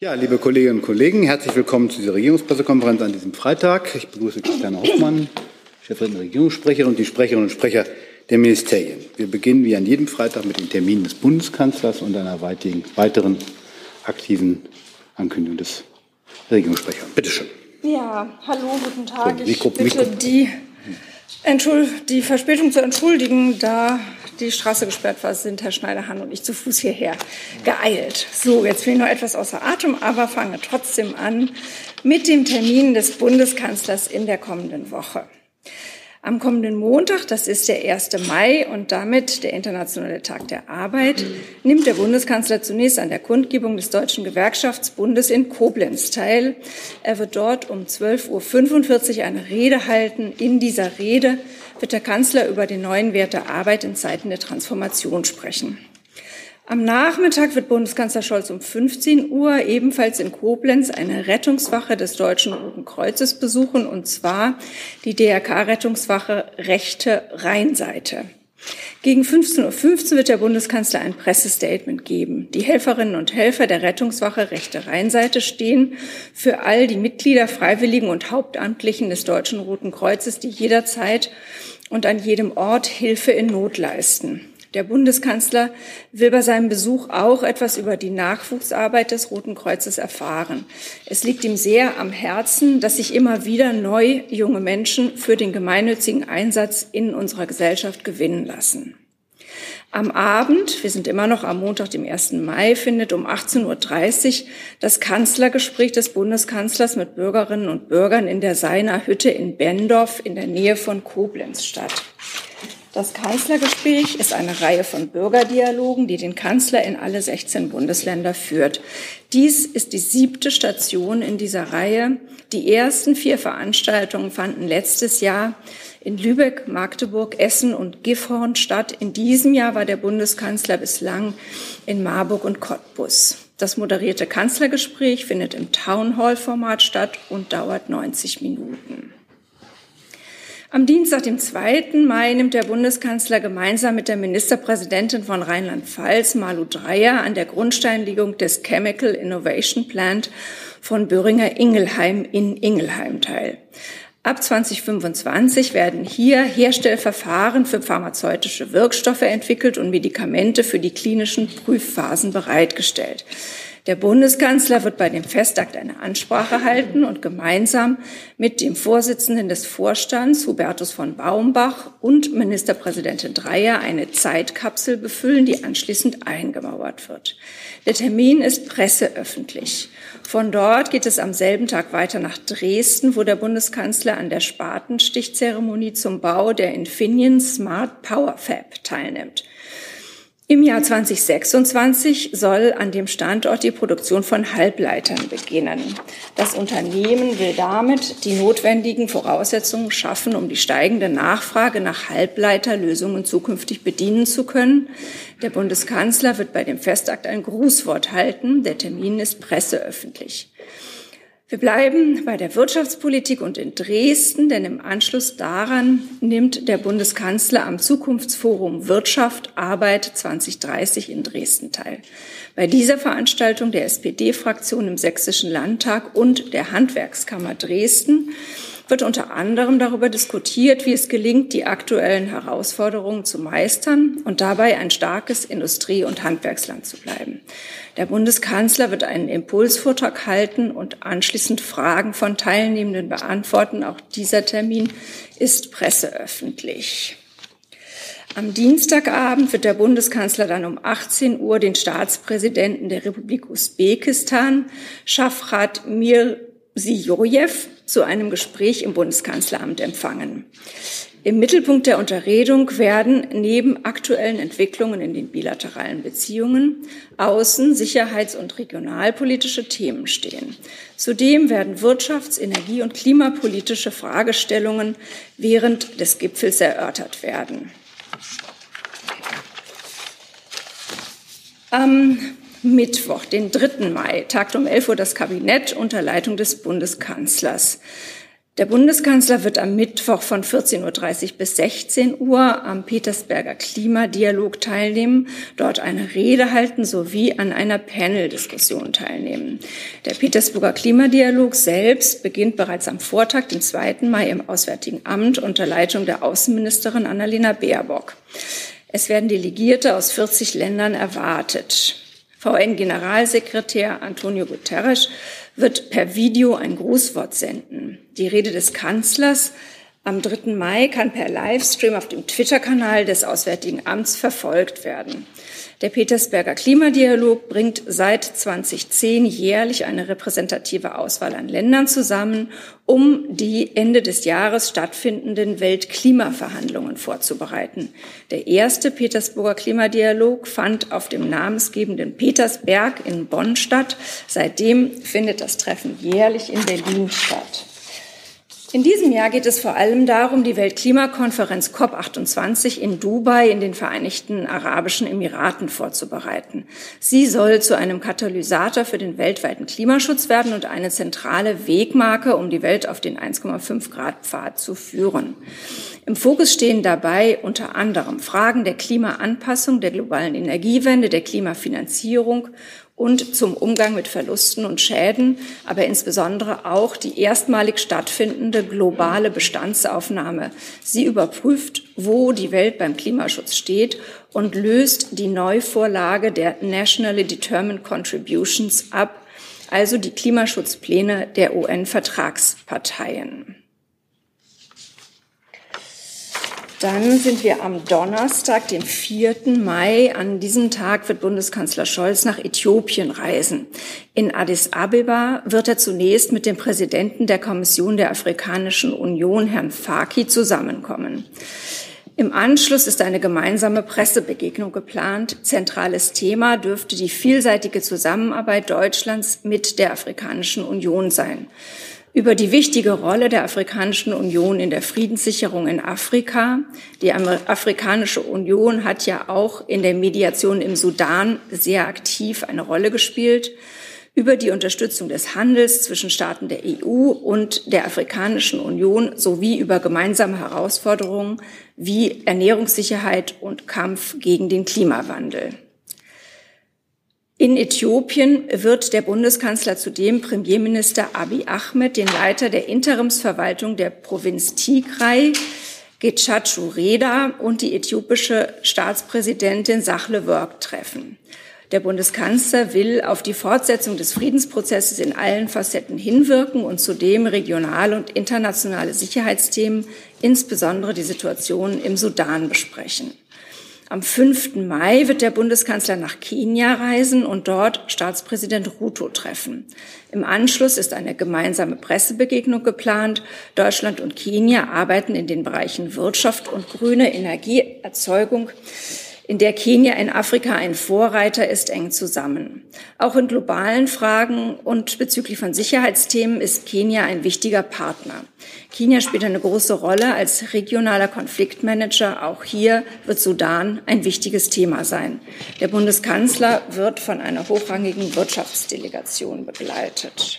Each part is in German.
Ja, liebe Kolleginnen und Kollegen, herzlich willkommen zu dieser Regierungspressekonferenz an diesem Freitag. Ich begrüße Christiane Hoffmann, stellvertretende Regierungssprecherin und die Sprecherinnen und Sprecher der Ministerien. Wir beginnen wie an jedem Freitag mit den Terminen des Bundeskanzlers und einer weiteren aktiven Ankündigung des Regierungssprechers. Bitte schön. Ja, hallo, guten Tag. Ich bitte die Verspätung zu entschuldigen, da die Straße gesperrt war, sind Herr Schneider-Hahn und ich zu Fuß hierher geeilt. So, jetzt bin ich noch etwas außer Atem, aber fange trotzdem an mit dem Termin des Bundeskanzlers in der kommenden Woche. Am kommenden Montag, das ist der 1. Mai und damit der Internationale Tag der Arbeit, nimmt der Bundeskanzler zunächst an der Kundgebung des Deutschen Gewerkschaftsbundes in Koblenz teil. Er wird dort um 12:45 Uhr eine Rede halten. In dieser Rede wird der Kanzler über den neuen Wert der Arbeit in Zeiten der Transformation sprechen. Am Nachmittag wird Bundeskanzler Scholz um 15 Uhr ebenfalls in Koblenz eine Rettungswache des Deutschen Roten Kreuzes besuchen, und zwar die DRK-Rettungswache Rechte Rheinseite. Gegen 15:15 Uhr wird der Bundeskanzler ein Pressestatement geben. Die Helferinnen und Helfer der Rettungswache Rechte Rheinseite stehen für all die Mitglieder, Freiwilligen und Hauptamtlichen des Deutschen Roten Kreuzes, die jederzeit und an jedem Ort Hilfe in Not leisten. Der Bundeskanzler will bei seinem Besuch auch etwas über die Nachwuchsarbeit des Roten Kreuzes erfahren. Es liegt ihm sehr am Herzen, dass sich immer wieder neu junge Menschen für den gemeinnützigen Einsatz in unserer Gesellschaft gewinnen lassen. Am Abend, wir sind immer noch am Montag, dem 1. Mai, findet um 18:30 Uhr das Kanzlergespräch des Bundeskanzlers mit Bürgerinnen und Bürgern in der Seiner Hütte in Benndorf in der Nähe von Koblenz statt. Das Kanzlergespräch ist eine Reihe von Bürgerdialogen, die den Kanzler in alle 16 Bundesländer führt. Dies ist die 7. Station in dieser Reihe. Die ersten 4 Veranstaltungen fanden letztes Jahr in Lübeck, Magdeburg, Essen und Gifhorn statt. In diesem Jahr war der Bundeskanzler bislang in Marburg und Cottbus. Das moderierte Kanzlergespräch findet im Townhall-Format statt und dauert 90 Minuten. Am Dienstag, dem 2. Mai, nimmt der Bundeskanzler gemeinsam mit der Ministerpräsidentin von Rheinland-Pfalz, Malu Dreyer, an der Grundsteinlegung des Chemical Innovation Plant von Boehringer Ingelheim in Ingelheim teil. Ab 2025 werden hier Herstellverfahren für pharmazeutische Wirkstoffe entwickelt und Medikamente für die klinischen Prüfphasen bereitgestellt. Der Bundeskanzler wird bei dem Festakt eine Ansprache halten und gemeinsam mit dem Vorsitzenden des Vorstands, Hubertus von Baumbach, und Ministerpräsidentin Dreyer eine Zeitkapsel befüllen, die anschließend eingemauert wird. Der Termin ist presseöffentlich. Von dort geht es am selben Tag weiter nach Dresden, wo der Bundeskanzler an der Spatenstichzeremonie zum Bau der Infineon Smart Power Fab teilnimmt. Im Jahr 2026 soll an dem Standort die Produktion von Halbleitern beginnen. Das Unternehmen will damit die notwendigen Voraussetzungen schaffen, um die steigende Nachfrage nach Halbleiterlösungen zukünftig bedienen zu können. Der Bundeskanzler wird bei dem Festakt ein Grußwort halten. Der Termin ist presseöffentlich. Wir bleiben bei der Wirtschaftspolitik und in Dresden, denn im Anschluss daran nimmt der Bundeskanzler am Zukunftsforum Wirtschaft, Arbeit 2030 in Dresden teil. Bei dieser Veranstaltung der SPD-Fraktion im Sächsischen Landtag und der Handwerkskammer Dresden wird unter anderem darüber diskutiert, wie es gelingt, die aktuellen Herausforderungen zu meistern und dabei ein starkes Industrie- und Handwerksland zu bleiben. Der Bundeskanzler wird einen Impulsvortrag halten und anschließend Fragen von Teilnehmenden beantworten. Auch dieser Termin ist presseöffentlich. Am Dienstagabend wird der Bundeskanzler dann um 18 Uhr den Staatspräsidenten der Republik Usbekistan, Shafkat Mirziyoyev, zu einem Gespräch im Bundeskanzleramt empfangen. Im Mittelpunkt der Unterredung werden neben aktuellen Entwicklungen in den bilateralen Beziehungen außen-, sicherheits- und regionalpolitische Themen stehen. Zudem werden wirtschafts-, energie- und klimapolitische Fragestellungen während des Gipfels erörtert werden. Am Mittwoch, den 3. Mai, tagt um 11 Uhr das Kabinett unter Leitung des Bundeskanzlers. Der Bundeskanzler wird am Mittwoch von 14:30 Uhr bis 16 Uhr am Petersberger Klimadialog teilnehmen, dort eine Rede halten sowie an einer Panel-Diskussion teilnehmen. Der Petersburger Klimadialog selbst beginnt bereits am Vortag, den 2. Mai, im Auswärtigen Amt unter Leitung der Außenministerin Annalena Baerbock. Es werden Delegierte aus 40 Ländern erwartet. VN-Generalsekretär Antonio Guterres wird per Video ein Grußwort senden. Die Rede des Kanzlers am 3. Mai kann per Livestream auf dem Twitter-Kanal des Auswärtigen Amts verfolgt werden. Der Petersberger Klimadialog bringt seit 2010 jährlich eine repräsentative Auswahl an Ländern zusammen, um die Ende des Jahres stattfindenden Weltklimaverhandlungen vorzubereiten. Der erste Petersburger Klimadialog fand auf dem namensgebenden Petersberg in Bonn statt. Seitdem findet das Treffen jährlich in Berlin statt. In diesem Jahr geht es vor allem darum, die Weltklimakonferenz COP28 in Dubai in den Vereinigten Arabischen Emiraten vorzubereiten. Sie soll zu einem Katalysator für den weltweiten Klimaschutz werden und eine zentrale Wegmarke, um die Welt auf den 1,5-Grad-Pfad zu führen. Im Fokus stehen dabei unter anderem Fragen der Klimaanpassung, der globalen Energiewende, der Klimafinanzierung und zum Umgang mit Verlusten und Schäden, aber insbesondere auch die erstmalig stattfindende globale Bestandsaufnahme. Sie überprüft, wo die Welt beim Klimaschutz steht und löst die Neuvorlage der Nationally Determined Contributions ab, also die Klimaschutzpläne der UN-Vertragsparteien. Dann sind wir am Donnerstag, den 4. Mai. An diesem Tag wird Bundeskanzler Scholz nach Äthiopien reisen. In Addis Abeba wird er zunächst mit dem Präsidenten der Kommission der Afrikanischen Union, Herrn Faki, zusammenkommen. Im Anschluss ist eine gemeinsame Pressebegegnung geplant. Zentrales Thema dürfte die vielseitige Zusammenarbeit Deutschlands mit der Afrikanischen Union sein. Über die wichtige Rolle der Afrikanischen Union in der Friedenssicherung in Afrika. Die Afrikanische Union hat ja auch in der Mediation im Sudan sehr aktiv eine Rolle gespielt. Über die Unterstützung des Handels zwischen Staaten der EU und der Afrikanischen Union sowie über gemeinsame Herausforderungen wie Ernährungssicherheit und Kampf gegen den Klimawandel. In Äthiopien wird der Bundeskanzler zudem Premierminister Abiy Ahmed, den Leiter der Interimsverwaltung der Provinz Tigray, Getachew Reda, und die äthiopische Staatspräsidentin Sahle-Work treffen. Der Bundeskanzler will auf die Fortsetzung des Friedensprozesses in allen Facetten hinwirken und zudem regionale und internationale Sicherheitsthemen, insbesondere die Situation im Sudan, besprechen. Am 5. Mai wird der Bundeskanzler nach Kenia reisen und dort Staatspräsident Ruto treffen. Im Anschluss ist eine gemeinsame Pressebegegnung geplant. Deutschland und Kenia arbeiten in den Bereichen Wirtschaft und grüne Energieerzeugung, in der Kenia in Afrika ein Vorreiter ist, eng zusammen. Auch in globalen Fragen und bezüglich von Sicherheitsthemen ist Kenia ein wichtiger Partner. Kenia spielt eine große Rolle als regionaler Konfliktmanager. Auch hier wird Sudan ein wichtiges Thema sein. Der Bundeskanzler wird von einer hochrangigen Wirtschaftsdelegation begleitet.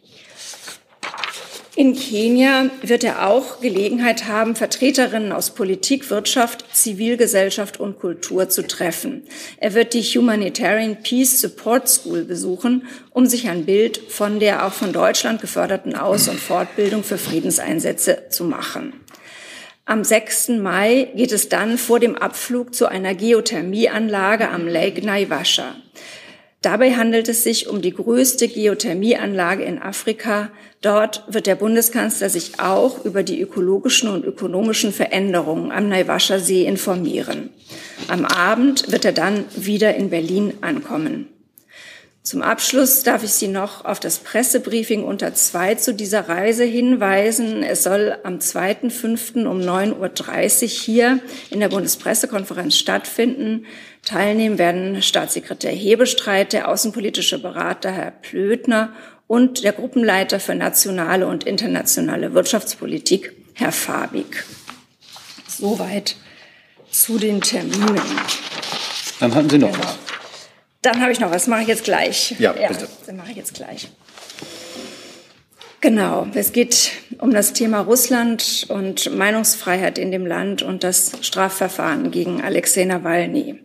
In Kenia wird er auch Gelegenheit haben, Vertreterinnen aus Politik, Wirtschaft, Zivilgesellschaft und Kultur zu treffen. Er wird die Humanitarian Peace Support School besuchen, um sich ein Bild von der auch von Deutschland geförderten Aus- und Fortbildung für Friedenseinsätze zu machen. Am 6. Mai geht es dann vor dem Abflug zu einer Geothermieanlage am Lake Naivasha. Dabei handelt es sich um die größte Geothermieanlage in Afrika. Dort wird der Bundeskanzler sich auch über die ökologischen und ökonomischen Veränderungen am Naivasha-See informieren. Am Abend wird er dann wieder in Berlin ankommen. Zum Abschluss darf ich Sie noch auf das Pressebriefing unter 2 zu dieser Reise hinweisen. Es soll am 2.5. um 9:30 Uhr hier in der Bundespressekonferenz stattfinden. Teilnehmen werden Staatssekretär Hebestreit, der außenpolitische Berater Herr Plötner und der Gruppenleiter für nationale und internationale Wirtschaftspolitik Herr Fabig. Soweit zu den Terminen. Dann hatten Sie noch was. Dann habe ich noch was, mache ich jetzt gleich. Ja, bitte. Dann mache ich jetzt gleich. Genau, es geht um das Thema Russland und Meinungsfreiheit in dem Land und das Strafverfahren gegen Alexei Nawalny.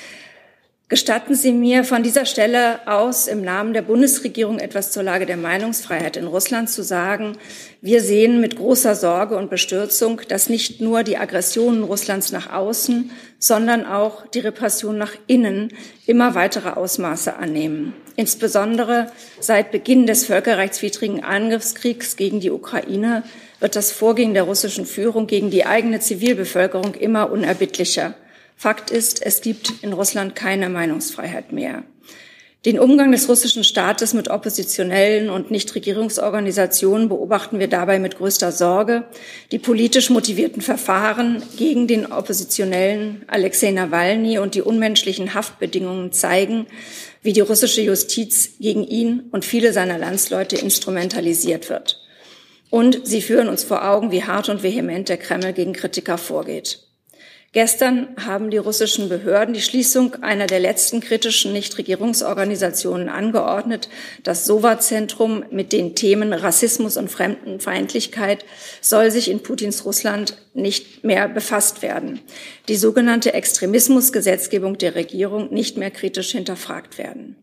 Gestatten Sie mir von dieser Stelle aus im Namen der Bundesregierung etwas zur Lage der Meinungsfreiheit in Russland zu sagen. Wir sehen mit großer Sorge und Bestürzung, dass nicht nur die Aggressionen Russlands nach außen, sondern auch die Repression nach innen immer weitere Ausmaße annehmen. Insbesondere seit Beginn des völkerrechtswidrigen Angriffskriegs gegen die Ukraine wird das Vorgehen der russischen Führung gegen die eigene Zivilbevölkerung immer unerbittlicher. Fakt ist, es gibt in Russland keine Meinungsfreiheit mehr. Den Umgang des russischen Staates mit oppositionellen und Nichtregierungsorganisationen beobachten wir dabei mit größter Sorge. Die politisch motivierten Verfahren gegen den Oppositionellen Alexei Nawalny und die unmenschlichen Haftbedingungen zeigen, wie die russische Justiz gegen ihn und viele seiner Landsleute instrumentalisiert wird. Und sie führen uns vor Augen, wie hart und vehement der Kreml gegen Kritiker vorgeht. Gestern haben die russischen Behörden die Schließung einer der letzten kritischen Nichtregierungsorganisationen angeordnet. Das Sowa-Zentrum mit den Themen Rassismus und Fremdenfeindlichkeit soll sich in Putins Russland nicht mehr befasst werden. Die sogenannte Extremismusgesetzgebung der Regierung nicht mehr kritisch hinterfragt werden.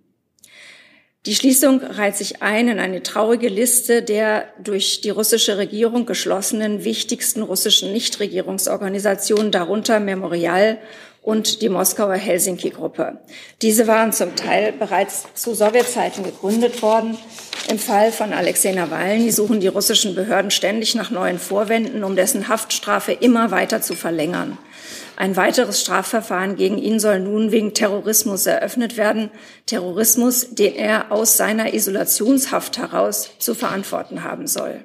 Die Schließung reiht sich ein in eine traurige Liste der durch die russische Regierung geschlossenen wichtigsten russischen Nichtregierungsorganisationen, darunter Memorial und die Moskauer Helsinki-Gruppe. Diese waren zum Teil bereits zu Sowjetzeiten gegründet worden. Im Fall von Alexei Nawalny suchen die russischen Behörden ständig nach neuen Vorwänden, um dessen Haftstrafe immer weiter zu verlängern. Ein weiteres Strafverfahren gegen ihn soll nun wegen Terrorismus eröffnet werden. Terrorismus, den er aus seiner Isolationshaft heraus zu verantworten haben soll.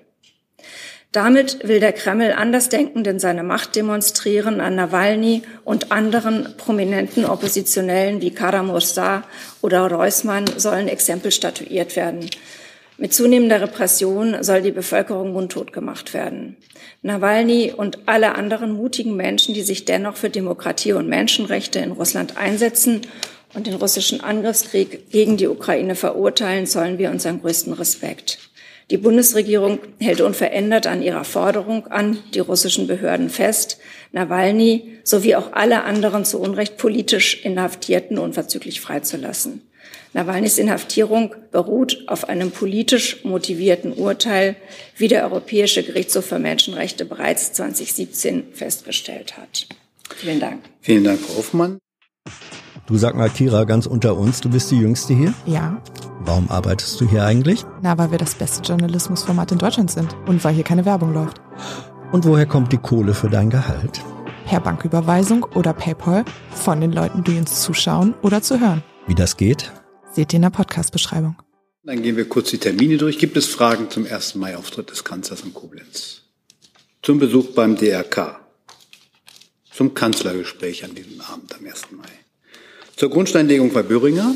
Damit will der Kreml Andersdenkenden seine Macht demonstrieren. An Nawalny und anderen prominenten Oppositionellen wie Kara-Murza oder Reusmann sollen Exempel statuiert werden. Mit zunehmender Repression soll die Bevölkerung mundtot gemacht werden. Nawalny und alle anderen mutigen Menschen, die sich dennoch für Demokratie und Menschenrechte in Russland einsetzen und den russischen Angriffskrieg gegen die Ukraine verurteilen, zollen wir unseren größten Respekt. Die Bundesregierung hält unverändert an ihrer Forderung an die russischen Behörden fest, Nawalny sowie auch alle anderen zu Unrecht politisch Inhaftierten unverzüglich freizulassen. Nawalnys Inhaftierung beruht auf einem politisch motivierten Urteil, wie der Europäische Gerichtshof für Menschenrechte bereits 2017 festgestellt hat. Vielen Dank. Vielen Dank, Frau Hoffmann. Du, sag mal, Kira, ganz unter uns, du bist die Jüngste hier? Ja. Warum arbeitest du hier eigentlich? Na, weil wir das beste Journalismusformat in Deutschland sind und weil hier keine Werbung läuft. Und woher kommt die Kohle für dein Gehalt? Per Banküberweisung oder PayPal von den Leuten, die uns zuschauen oder zu hören. Wie das geht? Seht ihr in der Podcast-Beschreibung. Dann gehen wir kurz die Termine durch. Gibt es Fragen zum 1. Mai-Auftritt des Kanzlers in Koblenz? Zum Besuch beim DRK? Zum Kanzlergespräch an diesem Abend am 1. Mai? Zur Grundsteinlegung bei Böhringer?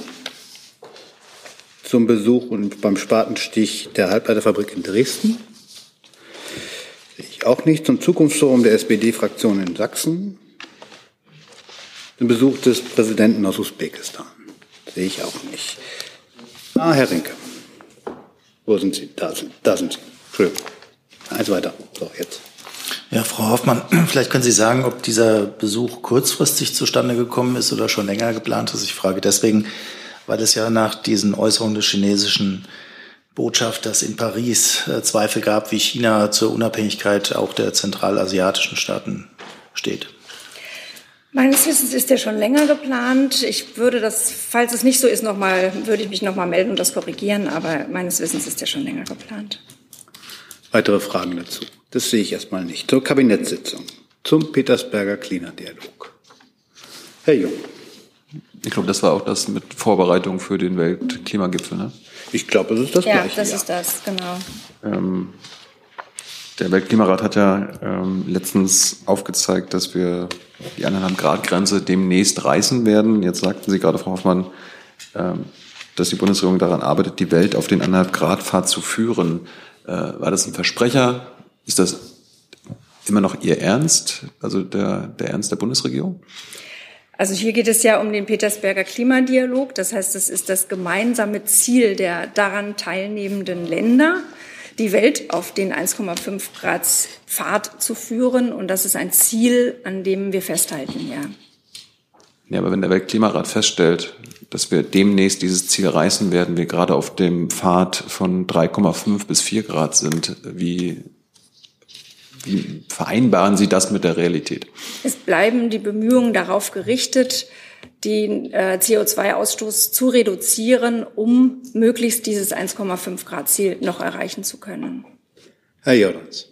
Zum Besuch und beim Spatenstich der Halbleiterfabrik in Dresden? Sehe ich auch nicht. Zum Zukunftsforum der SPD-Fraktion in Sachsen? Zum Besuch des Präsidenten aus Usbekistan? Sehe ich auch nicht. Ah, Herr Rinke. Wo sind Sie? Da sind Sie. Entschuldigung. Eins weiter. So, jetzt. Ja, Frau Hoffmann, vielleicht können Sie sagen, ob dieser Besuch kurzfristig zustande gekommen ist oder schon länger geplant ist. Ich frage deswegen, weil es ja nach diesen Äußerungen des chinesischen Botschafters in Paris Zweifel gab, wie China zur Unabhängigkeit auch der zentralasiatischen Staaten steht. Meines Wissens ist der schon länger geplant. Ich würde das, falls es nicht so ist, würde ich mich nochmal melden und das korrigieren, aber meines Wissens ist der schon länger geplant. Weitere Fragen dazu? Das sehe ich erstmal nicht. Zur Kabinettssitzung, zum Petersberger Klimadialog. Herr Jung. Ich glaube, das war auch das mit Vorbereitung für den Weltklimagipfel, ne? Ich glaube, es ist das Gleiche. Ja, das ist das, genau. Der Weltklimarat hat ja letztens aufgezeigt, dass wir die 1,5-Grad-Grenze demnächst reißen werden. Jetzt sagten Sie gerade, Frau Hoffmann, dass die Bundesregierung daran arbeitet, die Welt auf den 1,5-Grad-Pfad zu führen. War das ein Versprecher? Ist das immer noch Ihr Ernst, also der Ernst der Bundesregierung? Also hier geht es ja um den Petersberger Klimadialog. Das heißt, es ist das gemeinsame Ziel der daran teilnehmenden Länder, die Welt auf den 1,5 Grad Pfad zu führen. Und das ist ein Ziel, an dem wir festhalten, ja. Ja, aber wenn der Weltklimarat feststellt, dass wir demnächst dieses Ziel reißen werden, wir gerade auf dem Pfad von 3,5 bis 4 Grad sind, wie vereinbaren Sie das mit der Realität? Es bleiben die Bemühungen darauf gerichtet, den CO2-Ausstoß zu reduzieren, um möglichst dieses 1,5 Grad Ziel noch erreichen zu können. Herr Jordans.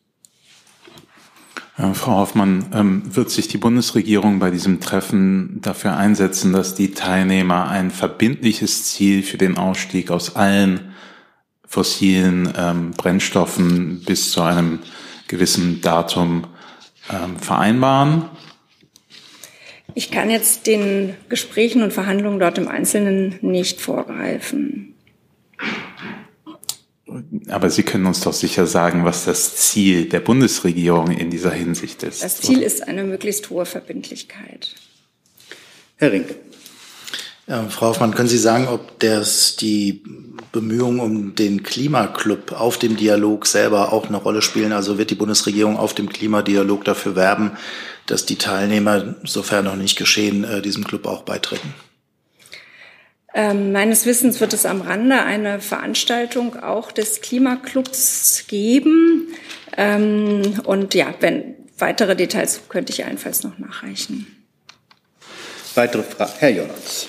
Frau Hoffmann, wird sich die Bundesregierung bei diesem Treffen dafür einsetzen, dass die Teilnehmer ein verbindliches Ziel für den Ausstieg aus allen fossilen Brennstoffen bis zu einem gewissen Datum vereinbaren? Ich kann jetzt den Gesprächen und Verhandlungen dort im Einzelnen nicht vorgreifen. Aber Sie können uns doch sicher sagen, was das Ziel der Bundesregierung in dieser Hinsicht ist. Das Ziel ist eine möglichst hohe Verbindlichkeit. Herr Rinke. Frau Hoffmann, können Sie sagen, ob die Bemühungen um den Klimaclub auf dem Dialog selber auch eine Rolle spielen? Also wird die Bundesregierung auf dem Klimadialog dafür werben, dass die Teilnehmer, sofern noch nicht geschehen, diesem Club auch beitreten? Meines Wissens wird es am Rande eine Veranstaltung auch des Klimaclubs geben. Und ja, wenn weitere Details könnte ich allenfalls noch nachreichen. Weitere Fragen? Herr Jordans.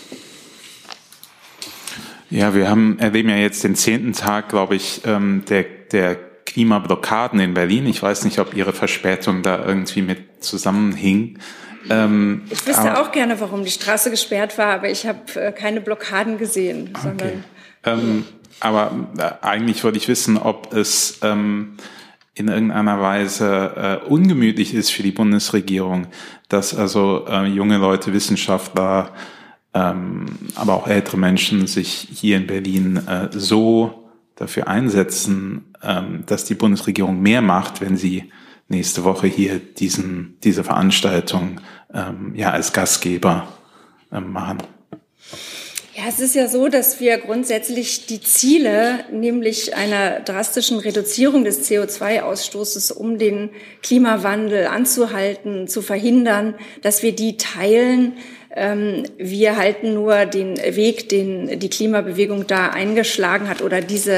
Ja, wir erleben ja jetzt den 10. Tag, glaube ich, der Klimablockaden in Berlin. Ich weiß nicht, ob Ihre Verspätung da irgendwie mit zusammenhing. Ich wüsste auch gerne, warum die Straße gesperrt war, aber ich habe keine Blockaden gesehen. Okay. Aber eigentlich wollte ich wissen, ob es in irgendeiner Weise ungemütlich ist für die Bundesregierung, dass also junge Leute, Wissenschaftler, aber auch ältere Menschen sich hier in Berlin so dafür einsetzen, dass die Bundesregierung mehr macht, wenn sie nächste Woche hier diese Veranstaltung als Gastgeber machen. Ja, es ist ja so, dass wir grundsätzlich die Ziele, nämlich einer drastischen Reduzierung des CO2-Ausstoßes, um den Klimawandel anzuhalten, zu verhindern, dass wir die teilen. Wir halten nur den Weg, den die Klimabewegung da eingeschlagen hat oder diese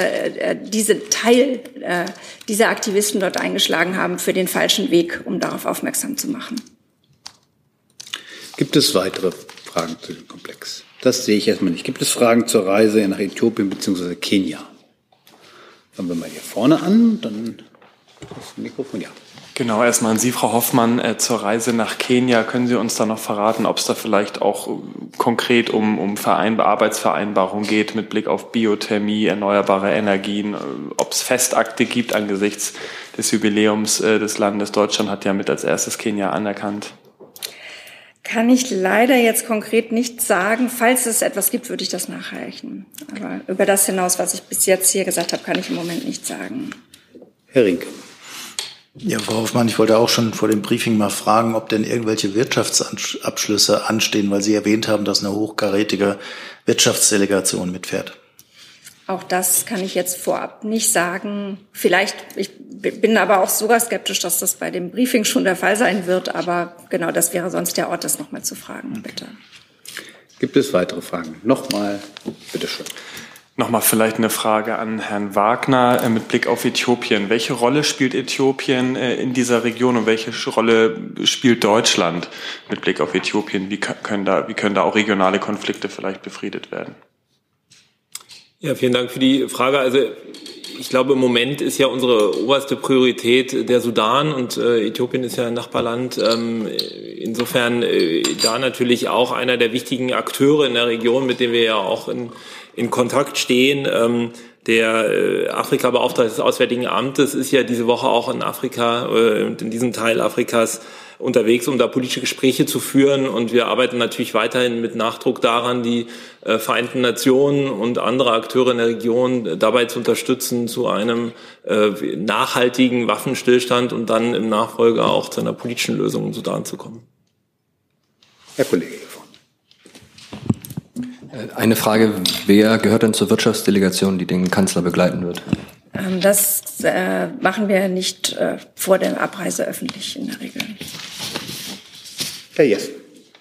Aktivisten dort eingeschlagen haben, für den falschen Weg, um darauf aufmerksam zu machen. Gibt es weitere Fragen zu dem Komplex? Das sehe ich erstmal nicht. Gibt es Fragen zur Reise nach Äthiopien bzw. Kenia? Fangen wir mal hier vorne an, dann das Mikrofon, ja. Genau, erstmal an Sie, Frau Hoffmann, zur Reise nach Kenia. Können Sie uns da noch verraten, ob es da vielleicht auch konkret um Arbeitsvereinbarungen geht mit Blick auf Biothermie, erneuerbare Energien, ob es Festakte gibt angesichts des Jubiläums des Landes? Deutschland hat ja mit als erstes Kenia anerkannt. Kann ich leider jetzt konkret nicht sagen. Falls es etwas gibt, würde ich das nachreichen. Aber über das hinaus, was ich bis jetzt hier gesagt habe, kann ich im Moment nicht sagen. Herr Rinke. Ja, Frau Hoffmann, ich wollte auch schon vor dem Briefing mal fragen, ob denn irgendwelche Wirtschaftsabschlüsse anstehen, weil Sie erwähnt haben, dass eine hochkarätige Wirtschaftsdelegation mitfährt. Auch das kann ich jetzt vorab nicht sagen. Vielleicht, ich bin aber auch sogar skeptisch, dass das bei dem Briefing schon der Fall sein wird. Aber genau, das wäre sonst der Ort, das nochmal zu fragen, bitte. Gibt es weitere Fragen? Nochmal, bitteschön. Nochmal vielleicht eine Frage an Herrn Wagner mit Blick auf Äthiopien. Welche Rolle spielt Äthiopien in dieser Region und welche Rolle spielt Deutschland mit Blick auf Äthiopien? Wie können da auch regionale Konflikte vielleicht befriedet werden? Ja, vielen Dank für die Frage. Also ich glaube, im Moment ist ja unsere oberste Priorität der Sudan und Äthiopien ist ja ein Nachbarland. Insofern da natürlich auch einer der wichtigen Akteure in der Region, mit dem wir ja auch in Kontakt stehen. Der Afrika-Beauftragte des Auswärtigen Amtes ist ja diese Woche auch in Afrika und in diesem Teil Afrikas unterwegs, um da politische Gespräche zu führen. Und wir arbeiten natürlich weiterhin mit Nachdruck daran, die Vereinten Nationen und andere Akteure in der Region dabei zu unterstützen, zu einem nachhaltigen Waffenstillstand und dann im Nachfolger auch zu einer politischen Lösung im Sudan zu kommen. Herr Kollege. Eine Frage, wer gehört denn zur Wirtschaftsdelegation, die den Kanzler begleiten wird? Das machen wir nicht vor der Abreise öffentlich in der Regel. Herr Jessen.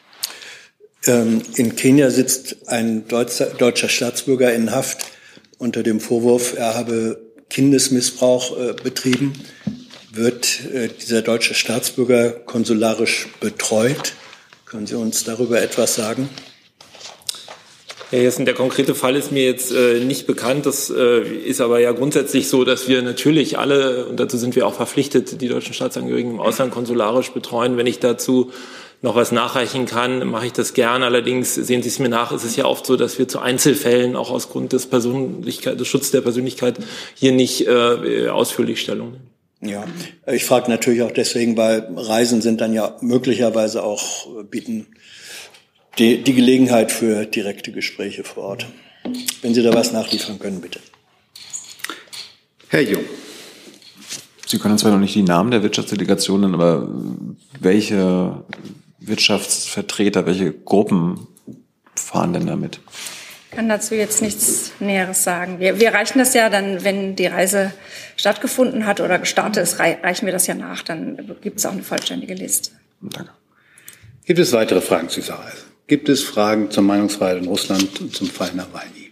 In Kenia sitzt ein deutscher Staatsbürger in Haft unter dem Vorwurf, er habe Kindesmissbrauch betrieben. Wird dieser deutsche Staatsbürger konsularisch betreut? Können Sie uns darüber etwas sagen? Herr Jessen, der konkrete Fall ist mir jetzt nicht bekannt. Das ist aber ja grundsätzlich so, dass wir natürlich alle, und dazu sind wir auch verpflichtet, die deutschen Staatsangehörigen im Ausland konsularisch betreuen. Wenn ich dazu noch was nachreichen kann, mache ich das gern. Allerdings, sehen Sie es mir nach, ist es ja oft so, dass wir zu Einzelfällen auch aus Grund des Schutzes der Persönlichkeit hier nicht ausführlich Stellung nehmen. Ja, ich frage natürlich auch deswegen, weil Reisen sind dann ja möglicherweise auch, bieten die Gelegenheit für direkte Gespräche vor Ort. Wenn Sie da was nachliefern können, bitte. Herr Jung. Sie können zwar noch nicht die Namen der Wirtschaftsdelegationen, aber welche Wirtschaftsvertreter, welche Gruppen fahren denn damit? Ich kann dazu jetzt nichts Näheres sagen. Wir reichen das ja dann, wenn die Reise stattgefunden hat oder gestartet ist, reichen wir das ja nach. Dann gibt es auch eine vollständige Liste. Danke. Gibt es weitere Fragen zu dieser Reise? Gibt es Fragen zur Meinungsfreiheit in Russland und zum Fall Nawalny?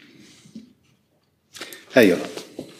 Herr Joller.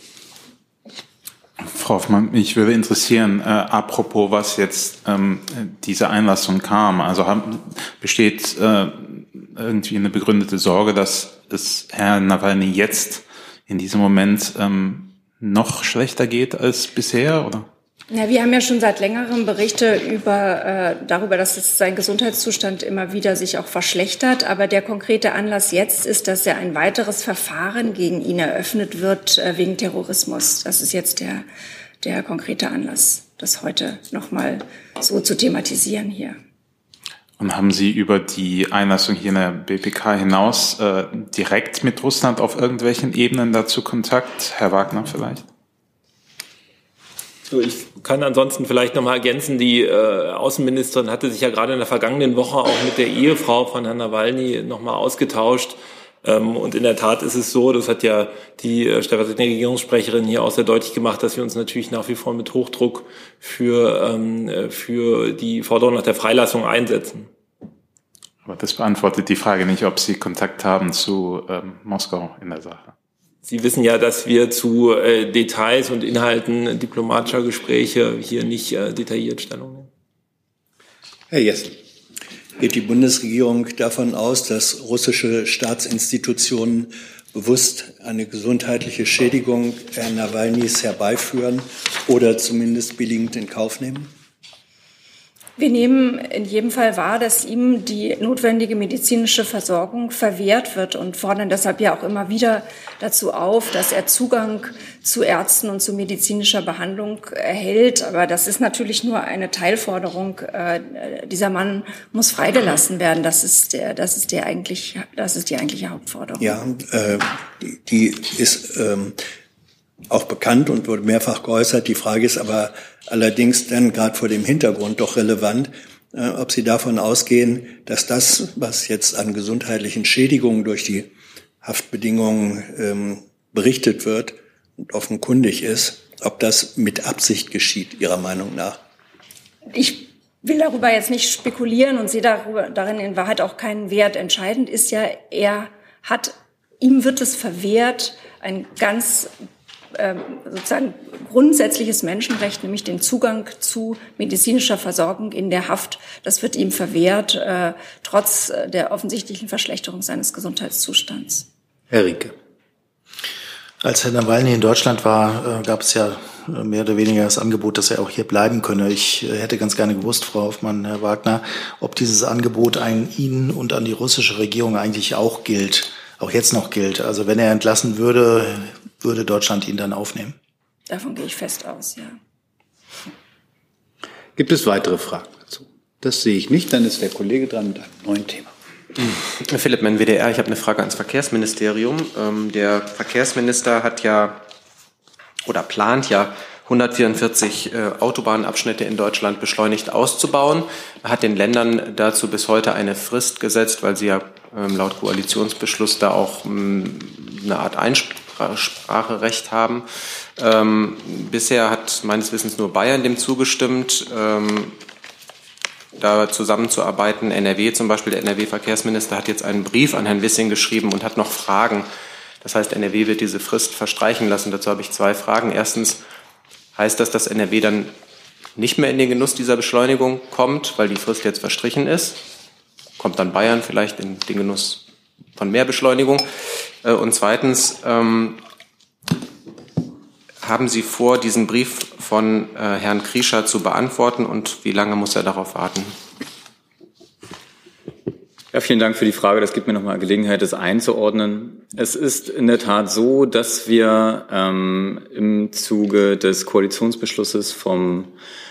Frau Hoffmann, mich würde interessieren, apropos was jetzt diese Einlassung kam, also besteht irgendwie eine begründete Sorge, dass es Herrn Nawalny jetzt in diesem Moment noch schlechter geht als bisher, oder? Ja, wir haben ja schon seit längerem Berichte darüber, dass sein Gesundheitszustand immer wieder sich auch verschlechtert. Aber der konkrete Anlass jetzt ist, dass ja ein weiteres Verfahren gegen ihn eröffnet wird wegen Terrorismus. Das ist jetzt der konkrete Anlass, das heute nochmal so zu thematisieren hier. Und haben Sie über die Einlassung hier in der BPK hinaus direkt mit Russland auf irgendwelchen Ebenen dazu Kontakt? Herr Wagner vielleicht? Ich kann ansonsten vielleicht noch mal ergänzen, die Außenministerin hatte sich ja gerade in der vergangenen Woche auch mit der Ehefrau von Herrn Nawalny noch mal ausgetauscht. Und in der Tat ist es so, das hat ja die stellvertretende Regierungssprecherin hier auch sehr deutlich gemacht, dass wir uns natürlich nach wie vor mit Hochdruck für die Forderung nach der Freilassung einsetzen. Aber das beantwortet die Frage nicht, ob Sie Kontakt haben zu Moskau in der Sache. Sie wissen ja, dass wir zu Details und Inhalten diplomatischer Gespräche hier nicht detailliert Stellung nehmen. Herr Jessen. Geht die Bundesregierung davon aus, dass russische Staatsinstitutionen bewusst eine gesundheitliche Schädigung Herrn Nawalnys herbeiführen oder zumindest billigend in Kauf nehmen? Wir nehmen in jedem Fall wahr, dass ihm die notwendige medizinische Versorgung verwehrt wird und fordern deshalb ja auch immer wieder dazu auf, dass er Zugang zu Ärzten und zu medizinischer Behandlung erhält. Aber das ist natürlich nur eine Teilforderung. Dieser Mann muss freigelassen werden. Das ist die eigentliche Hauptforderung. Ja, die ist auch bekannt und wurde mehrfach geäußert. Die Frage ist aber allerdings dann gerade vor dem Hintergrund doch relevant, ob Sie davon ausgehen, dass das, was jetzt an gesundheitlichen Schädigungen durch die Haftbedingungen berichtet wird und offenkundig ist, ob das mit Absicht geschieht, Ihrer Meinung nach? Ich will darüber jetzt nicht spekulieren und sehe darin in Wahrheit auch keinen Wert. Entscheidend ist ja, ihm wird es verwehrt, ein ganz sozusagen grundsätzliches Menschenrecht, nämlich den Zugang zu medizinischer Versorgung in der Haft. Das wird ihm verwehrt, trotz der offensichtlichen Verschlechterung seines Gesundheitszustands. Herr Rinke. Als Herr Nawalny in Deutschland war, gab es ja mehr oder weniger das Angebot, dass er auch hier bleiben könne. Ich hätte ganz gerne gewusst, Frau Hoffmann, Herr Wagner, ob dieses Angebot an Ihnen und an die russische Regierung eigentlich auch gilt, auch jetzt noch gilt. Also wenn er entlassen würde Deutschland ihn dann aufnehmen? Davon gehe ich fest aus, ja. Gibt es weitere Fragen dazu? Das sehe ich nicht. Dann ist der Kollege dran mit einem neuen Thema. Philipp Menn, WDR. Ich habe eine Frage ans Verkehrsministerium. Der Verkehrsminister hat ja oder plant ja 144 Autobahnabschnitte in Deutschland beschleunigt auszubauen. Er hat den Ländern dazu bis heute eine Frist gesetzt, weil sie ja laut Koalitionsbeschluss da auch eine Art Einsprache Mitspracherecht haben. Bisher hat meines Wissens nur Bayern dem zugestimmt, da zusammenzuarbeiten. NRW zum Beispiel, der NRW-Verkehrsminister hat jetzt einen Brief an Herrn Wissing geschrieben und hat noch Fragen. Das heißt, NRW wird diese Frist verstreichen lassen. Dazu habe ich 2 Fragen. Erstens, heißt das, dass NRW dann nicht mehr in den Genuss dieser Beschleunigung kommt, weil die Frist jetzt verstrichen ist? Kommt dann Bayern vielleicht in den Genuss von mehr Beschleunigung? Und zweitens, haben Sie vor, diesen Brief von Herrn Kriescher zu beantworten und wie lange muss er darauf warten? Ja, vielen Dank für die Frage. Das gibt mir nochmal Gelegenheit, das einzuordnen. Es ist in der Tat so, dass wir im Zuge des Koalitionsbeschlusses vom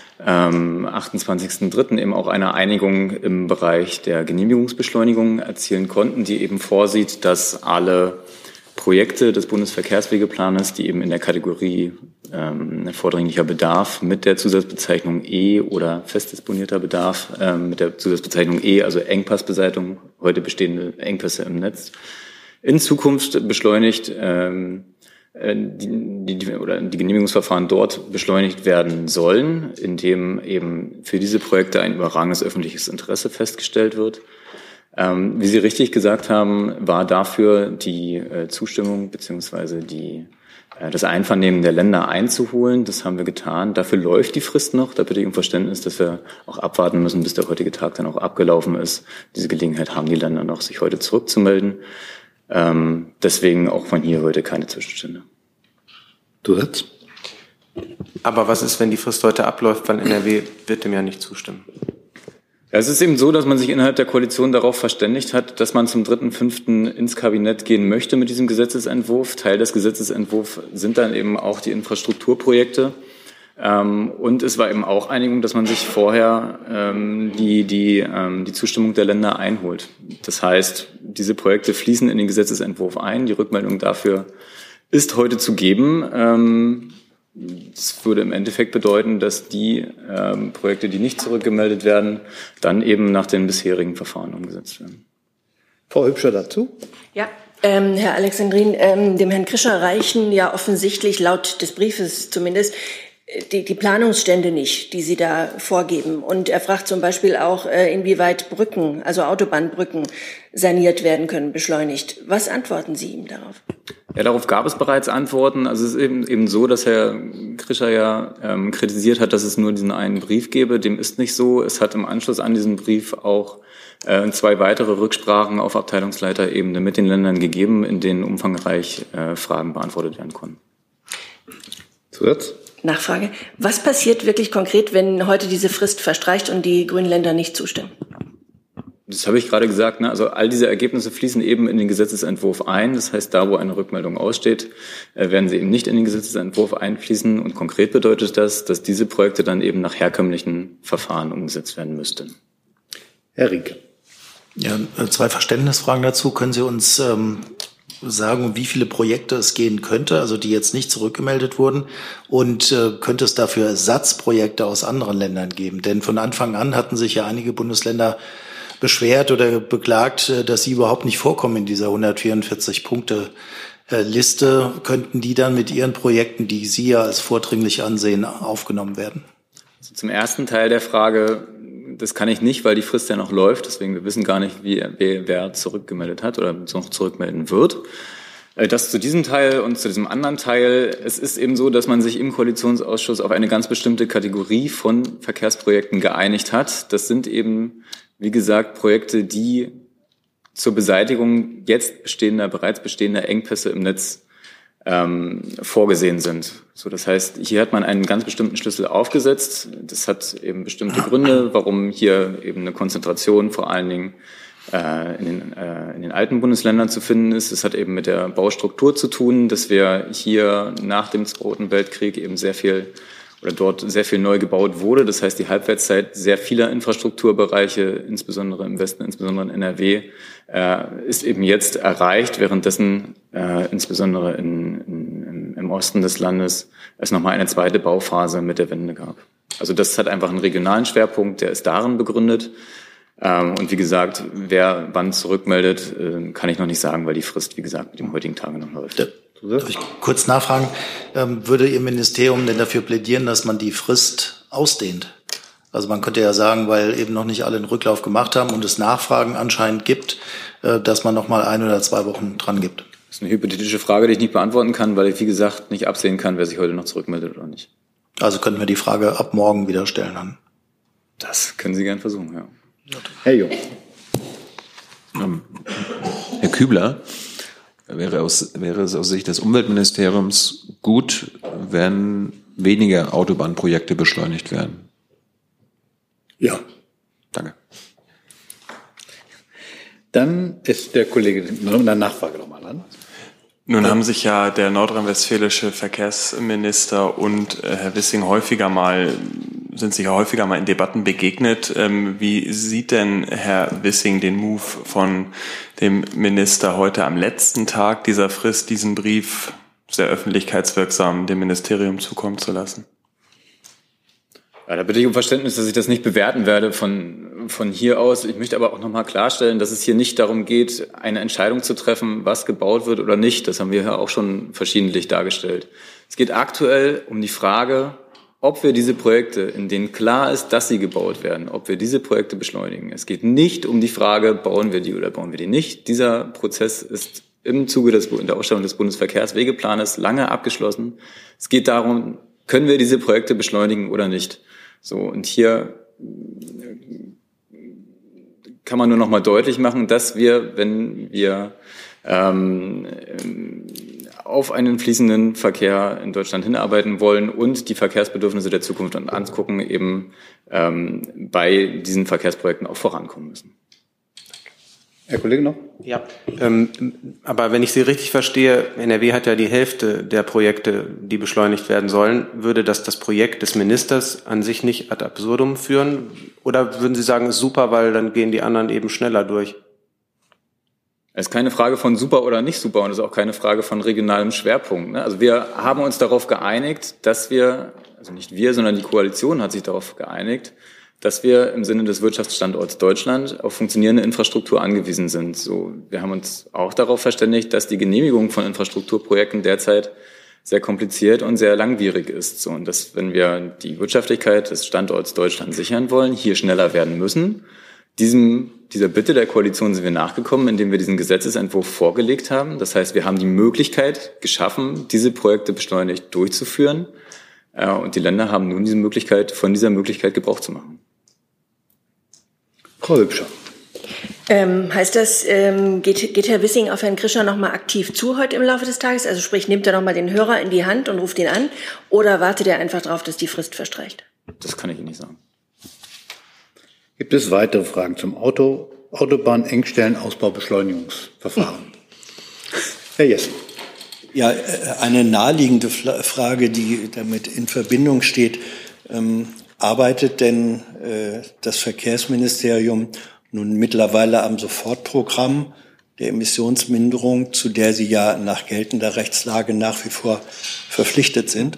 28.03. eben auch eine Einigung im Bereich der Genehmigungsbeschleunigung erzielen konnten, die eben vorsieht, dass alle Projekte des Bundesverkehrswegeplanes, die eben in der Kategorie vordringlicher Bedarf mit der Zusatzbezeichnung E oder festdisponierter Bedarf mit der Zusatzbezeichnung E, also Engpassbeseitigung, heute bestehende Engpässe im Netz, in Zukunft beschleunigt die Genehmigungsverfahren dort beschleunigt werden sollen, indem eben für diese Projekte ein überragendes öffentliches Interesse festgestellt wird. Wie Sie richtig gesagt haben, war dafür die Zustimmung beziehungsweise das Einvernehmen der Länder einzuholen. Das haben wir getan. Dafür läuft die Frist noch. Da bitte ich um Verständnis, dass wir auch abwarten müssen, bis der heutige Tag dann auch abgelaufen ist. Diese Gelegenheit haben die Länder noch, sich heute zurückzumelden. Deswegen auch von hier heute keine Zwischenstände. Du hast? Aber was ist, wenn die Frist heute abläuft, weil NRW wird dem ja nicht zustimmen? Ja, es ist eben so, dass man sich innerhalb der Koalition darauf verständigt hat, dass man zum 3.5. ins Kabinett gehen möchte mit diesem Gesetzesentwurf. Teil des Gesetzesentwurfs sind dann eben auch die Infrastrukturprojekte. Und es war eben auch Einigung, dass man sich vorher die Zustimmung der Länder einholt. Das heißt, diese Projekte fließen in den Gesetzesentwurf ein. Die Rückmeldung dafür ist heute zu geben. Das würde im Endeffekt bedeuten, dass die Projekte, die nicht zurückgemeldet werden, dann eben nach den bisherigen Verfahren umgesetzt werden. Frau Hübscher dazu? Ja. Herr Alexandrin, dem Herrn Krischer reichen ja offensichtlich laut des Briefes zumindest die Planungsstände nicht, die Sie da vorgeben. Und er fragt zum Beispiel auch, inwieweit Brücken, also Autobahnbrücken, saniert werden können, beschleunigt. Was antworten Sie ihm darauf? Ja, darauf gab es bereits Antworten. Also es ist eben so, dass Herr Krischer ja kritisiert hat, dass es nur diesen einen Brief gebe. Dem ist nicht so. Es hat im Anschluss an diesen Brief auch 2 weitere Rücksprachen auf Abteilungsleiterebene mit den Ländern gegeben, in denen umfangreich Fragen beantwortet werden konnten. Zusatz? Nachfrage. Was passiert wirklich konkret, wenn heute diese Frist verstreicht und die grünen Länder nicht zustimmen? Das habe ich gerade gesagt. Ne? Also all diese Ergebnisse fließen eben in den Gesetzesentwurf ein. Das heißt, da, wo eine Rückmeldung aussteht, werden sie eben nicht in den Gesetzesentwurf einfließen. Und konkret bedeutet das, dass diese Projekte dann eben nach herkömmlichen Verfahren umgesetzt werden müssten. Herr Rieke. Ja, 2 Verständnisfragen dazu. Können Sie uns sagen, um wie viele Projekte es gehen könnte, also die jetzt nicht zurückgemeldet wurden? Und könnte es dafür Ersatzprojekte aus anderen Ländern geben? Denn von Anfang an hatten sich ja einige Bundesländer beschwert oder beklagt, dass sie überhaupt nicht vorkommen in dieser 144-Punkte-Liste. Könnten die dann mit ihren Projekten, die Sie ja als vordringlich ansehen, aufgenommen werden? Also zum ersten Teil der Frage, das kann ich nicht, weil die Frist ja noch läuft. Deswegen, wir wissen gar nicht, wer zurückgemeldet hat oder noch zurückmelden wird. Das zu diesem Teil und zu diesem anderen Teil. Es ist eben so, dass man sich im Koalitionsausschuss auf eine ganz bestimmte Kategorie von Verkehrsprojekten geeinigt hat. Das sind eben, wie gesagt, Projekte, die zur Beseitigung bereits bestehender Engpässe im Netz vorgesehen sind. So, das heißt, hier hat man einen ganz bestimmten Schlüssel aufgesetzt. Das hat eben bestimmte Gründe, warum hier eben eine Konzentration vor allen Dingen in den alten Bundesländern zu finden ist. Es hat eben mit der Baustruktur zu tun, dass wir hier nach dem Zweiten Weltkrieg eben dort sehr viel neu gebaut wurde. Das heißt, die Halbwertszeit sehr vieler Infrastrukturbereiche, insbesondere im Westen, insbesondere in NRW, ist eben jetzt erreicht, währenddessen insbesondere im Osten des Landes es nochmal eine zweite Bauphase mit der Wende gab. Also das hat einfach einen regionalen Schwerpunkt, der ist darin begründet. Und wie gesagt, wer wann zurückmeldet, kann ich noch nicht sagen, weil die Frist, wie gesagt, mit dem heutigen Tage noch läuft. Ja. Darf ich kurz nachfragen? Würde Ihr Ministerium denn dafür plädieren, dass man die Frist ausdehnt? Also man könnte ja sagen, weil eben noch nicht alle einen Rücklauf gemacht haben und es Nachfragen anscheinend gibt, dass man noch mal 1 oder 2 Wochen dran gibt. Das ist eine hypothetische Frage, die ich nicht beantworten kann, weil ich, wie gesagt, nicht absehen kann, wer sich heute noch zurückmeldet oder nicht. Also könnten wir die Frage ab morgen wieder stellen dann? Das können Sie gern versuchen, ja. Herr Jung. Herr Kübler, wäre es aus Sicht des Umweltministeriums gut, wenn weniger Autobahnprojekte beschleunigt werden? Ja. Danke. Dann ist der Kollege mit einer Nachfrage nochmal an. Nun haben sich ja der nordrhein-westfälische Verkehrsminister und Herr Wissing sind sich ja häufiger mal in Debatten begegnet. Wie sieht denn Herr Wissing den Move von dem Minister heute am letzten Tag dieser Frist, diesen Brief sehr öffentlichkeitswirksam dem Ministerium zukommen zu lassen? Ja, da bitte ich um Verständnis, dass ich das nicht bewerten werde von hier aus. Ich möchte aber auch nochmal klarstellen, dass es hier nicht darum geht, eine Entscheidung zu treffen, was gebaut wird oder nicht. Das haben wir ja auch schon verschiedentlich dargestellt. Es geht aktuell um die Frage, ob wir diese Projekte, in denen klar ist, dass sie gebaut werden, ob wir diese Projekte beschleunigen. Es geht nicht um die Frage, bauen wir die oder bauen wir die nicht. Dieser Prozess ist im Zuge der Ausstellung des Bundesverkehrswegeplanes lange abgeschlossen. Es geht darum, können wir diese Projekte beschleunigen oder nicht? So, und hier kann man nur noch mal deutlich machen, dass wir, wenn wir auf einen fließenden Verkehr in Deutschland hinarbeiten wollen und die Verkehrsbedürfnisse der Zukunft angucken, eben bei diesen Verkehrsprojekten auch vorankommen müssen. Herr Kollege noch? Ja, aber wenn ich Sie richtig verstehe, NRW hat ja die Hälfte der Projekte, die beschleunigt werden sollen. Würde das Projekt des Ministers an sich nicht ad absurdum führen? Oder würden Sie sagen, ist super, weil dann gehen die anderen eben schneller durch? Es ist keine Frage von super oder nicht super und es ist auch keine Frage von regionalem Schwerpunkt. Also wir haben uns darauf geeinigt, dass wir, also nicht wir, sondern die Koalition hat sich darauf geeinigt, dass wir im Sinne des Wirtschaftsstandorts Deutschland auf funktionierende Infrastruktur angewiesen sind. So, wir haben uns auch darauf verständigt, dass die Genehmigung von Infrastrukturprojekten derzeit sehr kompliziert und sehr langwierig ist. So, und dass, wenn wir die Wirtschaftlichkeit des Standorts Deutschland sichern wollen, hier schneller werden müssen. Dieser Bitte der Koalition sind wir nachgekommen, indem wir diesen Gesetzesentwurf vorgelegt haben. Das heißt, wir haben die Möglichkeit geschaffen, diese Projekte beschleunigt durchzuführen. Und die Länder haben nun von dieser Möglichkeit Gebrauch zu machen. Frau Hübscher. Heißt das, geht Herr Wissing auf Herrn Krischer noch mal aktiv zu heute im Laufe des Tages? Also sprich, nimmt er noch mal den Hörer in die Hand und ruft ihn an? Oder wartet er einfach darauf, dass die Frist verstreicht? Das kann ich Ihnen nicht sagen. Gibt es weitere Fragen zum Autobahn-Engstellen-Ausbaubeschleunigungsverfahren? Herr Jessen. Ja, eine naheliegende Frage, die damit in Verbindung steht. Arbeitet denn das Verkehrsministerium nun mittlerweile am Sofortprogramm der Emissionsminderung, zu der Sie ja nach geltender Rechtslage nach wie vor verpflichtet sind?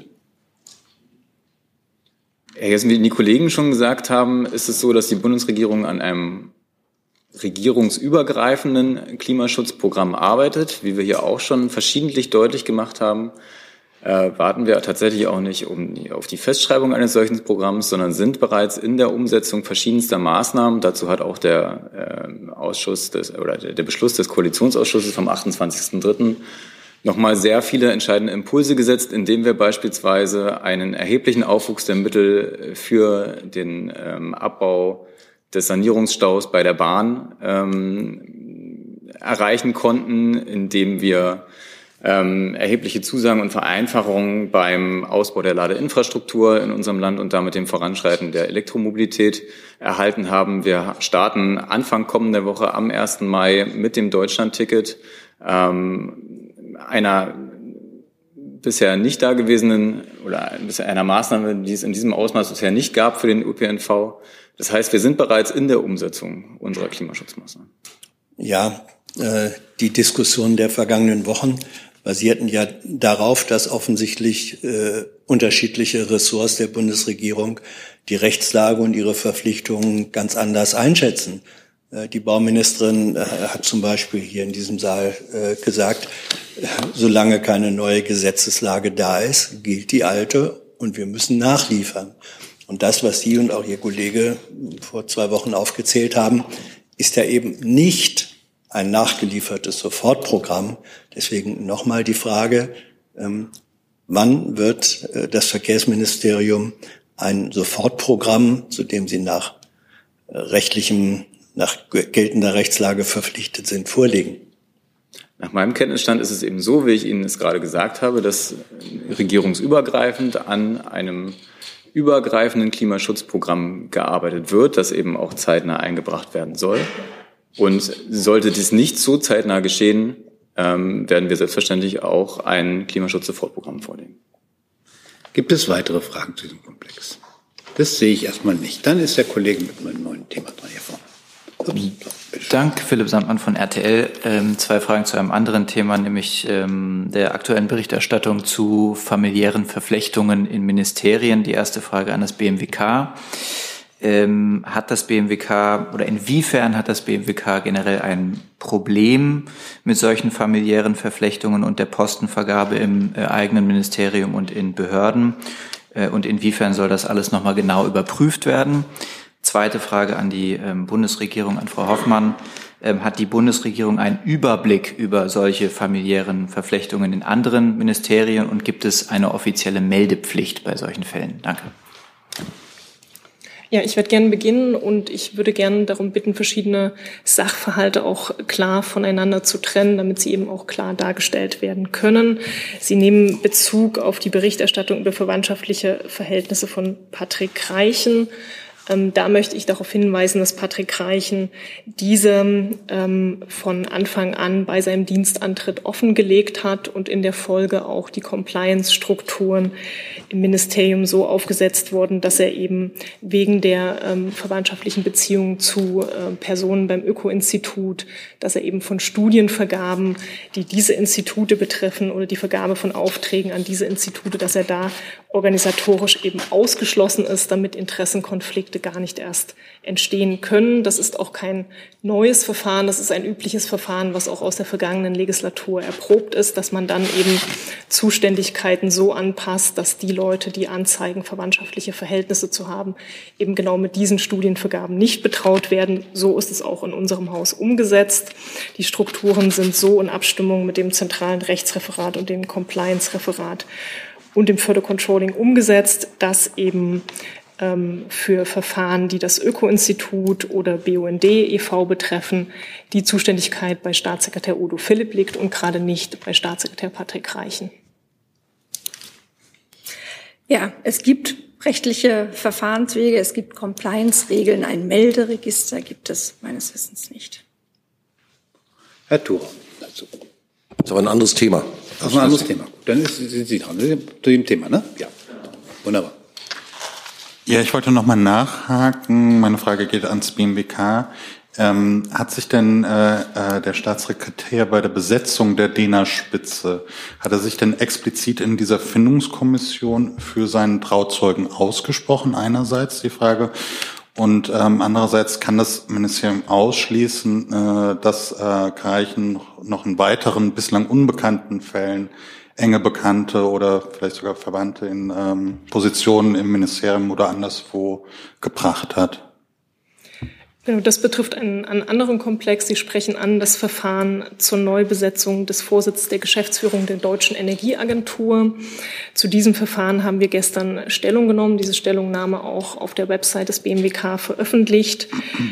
Herr Jessen, wie die Kollegen schon gesagt haben, ist es so, dass die Bundesregierung an einem regierungsübergreifenden Klimaschutzprogramm arbeitet. Wie wir hier auch schon verschiedentlich deutlich gemacht haben, warten wir tatsächlich auch nicht auf die Festschreibung eines solchen Programms, sondern sind bereits in der Umsetzung verschiedenster Maßnahmen. Dazu hat auch der Beschluss des Koalitionsausschusses vom 28.03. nochmal sehr viele entscheidende Impulse gesetzt, indem wir beispielsweise einen erheblichen Aufwuchs der Mittel für den Abbau des Sanierungsstaus bei der Bahn erreichen konnten, indem wir erhebliche Zusagen und Vereinfachungen beim Ausbau der Ladeinfrastruktur in unserem Land und damit dem Voranschreiten der Elektromobilität erhalten haben. Wir starten Anfang kommender Woche am 1. Mai mit dem Deutschlandticket, einer bisher nicht dagewesenen oder einer Maßnahme, die es in diesem Ausmaß bisher nicht gab für den ÖPNV. Das heißt, wir sind bereits in der Umsetzung unserer Klimaschutzmaßnahmen. Ja, die Diskussionen der vergangenen Wochen basierten ja darauf, dass offensichtlich unterschiedliche Ressorts der Bundesregierung die Rechtslage und ihre Verpflichtungen ganz anders einschätzen. Die Bauministerin hat zum Beispiel hier in diesem Saal gesagt, solange keine neue Gesetzeslage da ist, gilt die alte und wir müssen nachliefern. Und das, was Sie und auch Ihr Kollege vor 2 Wochen aufgezählt haben, ist ja eben nicht ein nachgeliefertes Sofortprogramm. Deswegen nochmal die Frage, wann wird das Verkehrsministerium ein Sofortprogramm, zu dem Sie nach geltender Rechtslage verpflichtet sind, vorlegen? Nach meinem Kenntnisstand ist es eben so, wie ich Ihnen es gerade gesagt habe, dass regierungsübergreifend an einem übergreifenden Klimaschutzprogramm gearbeitet wird, das eben auch zeitnah eingebracht werden soll. Und sollte dies nicht so zeitnah geschehen, werden wir selbstverständlich auch ein Klimaschutz-Sofortprogramm vorlegen. Gibt es weitere Fragen zu diesem Komplex? Das sehe ich erstmal nicht. Dann ist der Kollege mit einem neuen Thema dran hier vorne. Danke, Philipp Sandmann von RTL. 2 Fragen zu einem anderen Thema, nämlich der aktuellen Berichterstattung zu familiären Verflechtungen in Ministerien. Die erste Frage an das BMWK. Hat das BMWK oder inwiefern hat das BMWK generell ein Problem mit solchen familiären Verflechtungen und der Postenvergabe im eigenen Ministerium und in Behörden? Und inwiefern soll das alles nochmal genau überprüft werden? Zweite Frage an die Bundesregierung, an Frau Hoffmann. Hat die Bundesregierung einen Überblick über solche familiären Verflechtungen in anderen Ministerien und gibt es eine offizielle Meldepflicht bei solchen Fällen? Danke. Ja, ich werde gerne beginnen und ich würde gerne darum bitten, verschiedene Sachverhalte auch klar voneinander zu trennen, damit sie eben auch klar dargestellt werden können. Sie nehmen Bezug auf die Berichterstattung über verwandtschaftliche Verhältnisse von Patrick Reichen. Da möchte ich darauf hinweisen, dass Patrick Reichen diese von Anfang an bei seinem Dienstantritt offengelegt hat und in der Folge auch die Compliance-Strukturen im Ministerium so aufgesetzt wurden, dass er eben wegen der verwandtschaftlichen Beziehungen zu Personen beim Öko-Institut, dass er eben von Studienvergaben, die diese Institute betreffen oder die Vergabe von Aufträgen an diese Institute, dass er da organisatorisch eben ausgeschlossen ist, damit Interessenkonflikte gar nicht erst entstehen können. Das ist auch kein neues Verfahren, das ist ein übliches Verfahren, was auch aus der vergangenen Legislatur erprobt ist, dass man dann eben Zuständigkeiten so anpasst, dass die Leute, die anzeigen, verwandtschaftliche Verhältnisse zu haben, eben genau mit diesen Studienvergaben nicht betraut werden. So ist es auch in unserem Haus umgesetzt. Die Strukturen sind so in Abstimmung mit dem zentralen Rechtsreferat und dem Compliance-Referat und dem Fördercontrolling umgesetzt, dass eben für Verfahren, die das Öko-Institut oder BUND e.V. betreffen, die Zuständigkeit bei Staatssekretär Udo Philipp liegt und gerade nicht bei Staatssekretär Patrick Reichen. Ja, es gibt rechtliche Verfahrenswege, es gibt Compliance-Regeln, ein Melderegister gibt es meines Wissens nicht. Herr Thurer dazu. Das ist aber ein anderes Thema. Das ist ein anderes Thema. Dann sind Sie dran zu dem Thema, ne? Ja. Wunderbar. Ja, ich wollte noch mal nachhaken. Meine Frage geht ans BMWK. Hat sich denn der Staatssekretär bei der Besetzung der DENA-Spitze, hat er sich denn explizit in dieser Findungskommission für seinen Trauzeugen ausgesprochen? Einerseits die Frage. Und andererseits kann das Ministerium ausschließen, dass Reichen noch in weiteren bislang unbekannten Fällen enge Bekannte oder vielleicht sogar Verwandte in Positionen im Ministerium oder anderswo gebracht hat. Genau, das betrifft einen anderen Komplex. Sie sprechen an das Verfahren zur Neubesetzung des Vorsitzes der Geschäftsführung der Deutschen Energieagentur. Zu diesem Verfahren haben wir gestern Stellung genommen, diese Stellungnahme auch auf der Website des BMWK veröffentlicht.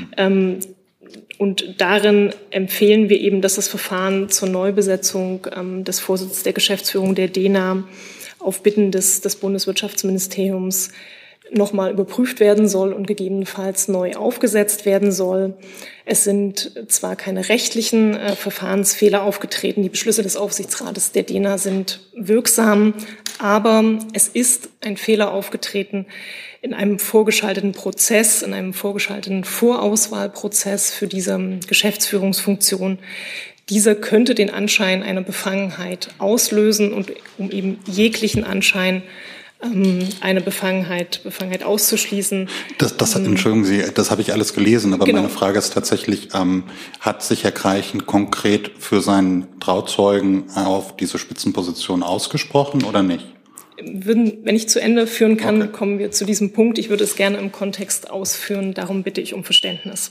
Und darin empfehlen wir eben, dass das Verfahren zur Neubesetzung des Vorsitzes der Geschäftsführung der DENA auf Bitten des Bundeswirtschaftsministeriums nochmal überprüft werden soll und gegebenenfalls neu aufgesetzt werden soll. Es sind zwar keine rechtlichen Verfahrensfehler aufgetreten, die Beschlüsse des Aufsichtsrates der DENA sind wirksam, aber es ist ein Fehler aufgetreten in einem vorgeschalteten Prozess, in einem vorgeschalteten Vorauswahlprozess für diese Geschäftsführungsfunktion. Dieser könnte den Anschein einer Befangenheit auslösen und um eben jeglichen Anschein eine Befangenheit auszuschließen. Entschuldigen Sie, das habe ich alles gelesen, aber genau. Meine Frage ist tatsächlich, hat sich Herr Greichen konkret für seinen Trauzeugen auf diese Spitzenposition ausgesprochen oder nicht? Wenn ich zu Ende führen kann, kommen wir zu diesem Punkt. Ich würde es gerne im Kontext ausführen, darum bitte ich um Verständnis.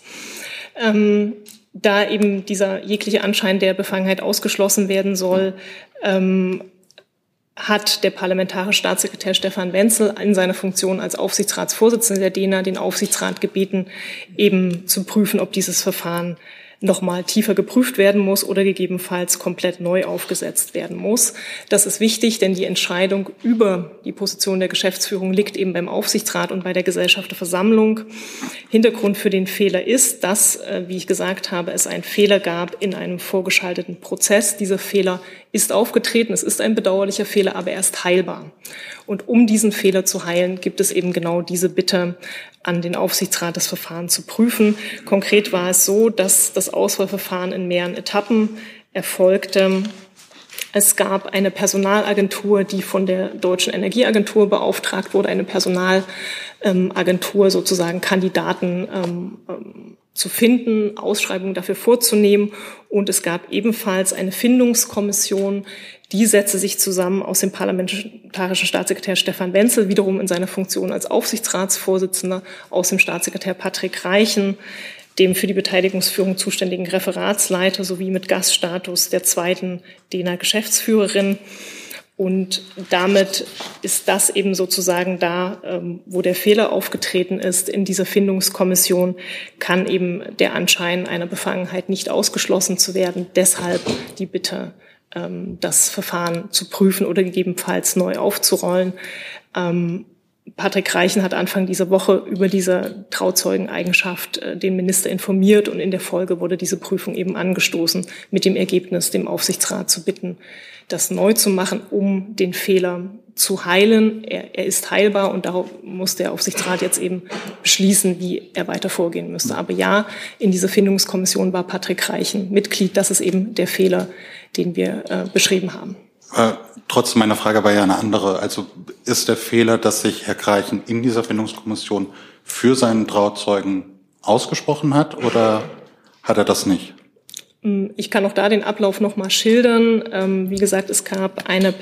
Da eben dieser jegliche Anschein der Befangenheit ausgeschlossen werden soll, hat der parlamentarische Staatssekretär Stefan Wenzel in seiner Funktion als Aufsichtsratsvorsitzender der DENA den Aufsichtsrat gebeten, eben zu prüfen, ob dieses Verfahren nochmal tiefer geprüft werden muss oder gegebenenfalls komplett neu aufgesetzt werden muss. Das ist wichtig, denn die Entscheidung über die Position der Geschäftsführung liegt eben beim Aufsichtsrat und bei der Gesellschafterversammlung. Hintergrund für den Fehler ist, dass, wie ich gesagt habe, es einen Fehler gab in einem vorgeschalteten Prozess. Dieser Fehler ist aufgetreten, es ist ein bedauerlicher Fehler, aber er ist heilbar. Und um diesen Fehler zu heilen, gibt es eben genau diese Bitte an den Aufsichtsrat, das Verfahren zu prüfen. Konkret war es so, dass das Auswahlverfahren in mehreren Etappen erfolgte. Es gab eine Personalagentur, die von der Deutschen Energieagentur beauftragt wurde, eine Personalagentur sozusagen Kandidaten zu finden, Ausschreibungen dafür vorzunehmen. Und es gab ebenfalls eine Findungskommission, die setzte sich zusammen aus dem parlamentarischen Staatssekretär Stefan Wenzel, wiederum in seiner Funktion als Aufsichtsratsvorsitzender, aus dem Staatssekretär Patrick Reichen, dem für die Beteiligungsführung zuständigen Referatsleiter sowie mit Gaststatus der zweiten DENA Geschäftsführerin. Und damit ist das eben sozusagen da, wo der Fehler aufgetreten ist. In dieser Findungskommission kann eben der Anschein einer Befangenheit nicht ausgeschlossen zu werden. Deshalb die Bitte, das Verfahren zu prüfen oder gegebenenfalls neu aufzurollen. Patrick Reichen hat Anfang dieser Woche über diese Trauzeugeneigenschaft den Minister informiert und in der Folge wurde diese Prüfung eben angestoßen mit dem Ergebnis, dem Aufsichtsrat zu bitten, das neu zu machen, um den Fehler zu heilen. Er ist heilbar und darauf muss der Aufsichtsrat jetzt eben beschließen, wie er weiter vorgehen müsste. Aber ja, in dieser Findungskommission war Patrick Reichen Mitglied. Das ist eben der Fehler, den wir beschrieben haben. Trotzdem, meine Frage war ja eine andere. Also ist der Fehler, dass sich Herr Greichen in dieser Findungskommission für seinen Trauzeugen ausgesprochen hat oder hat er das nicht? Ich kann auch da den Ablauf noch mal schildern. Wie gesagt, es gab eine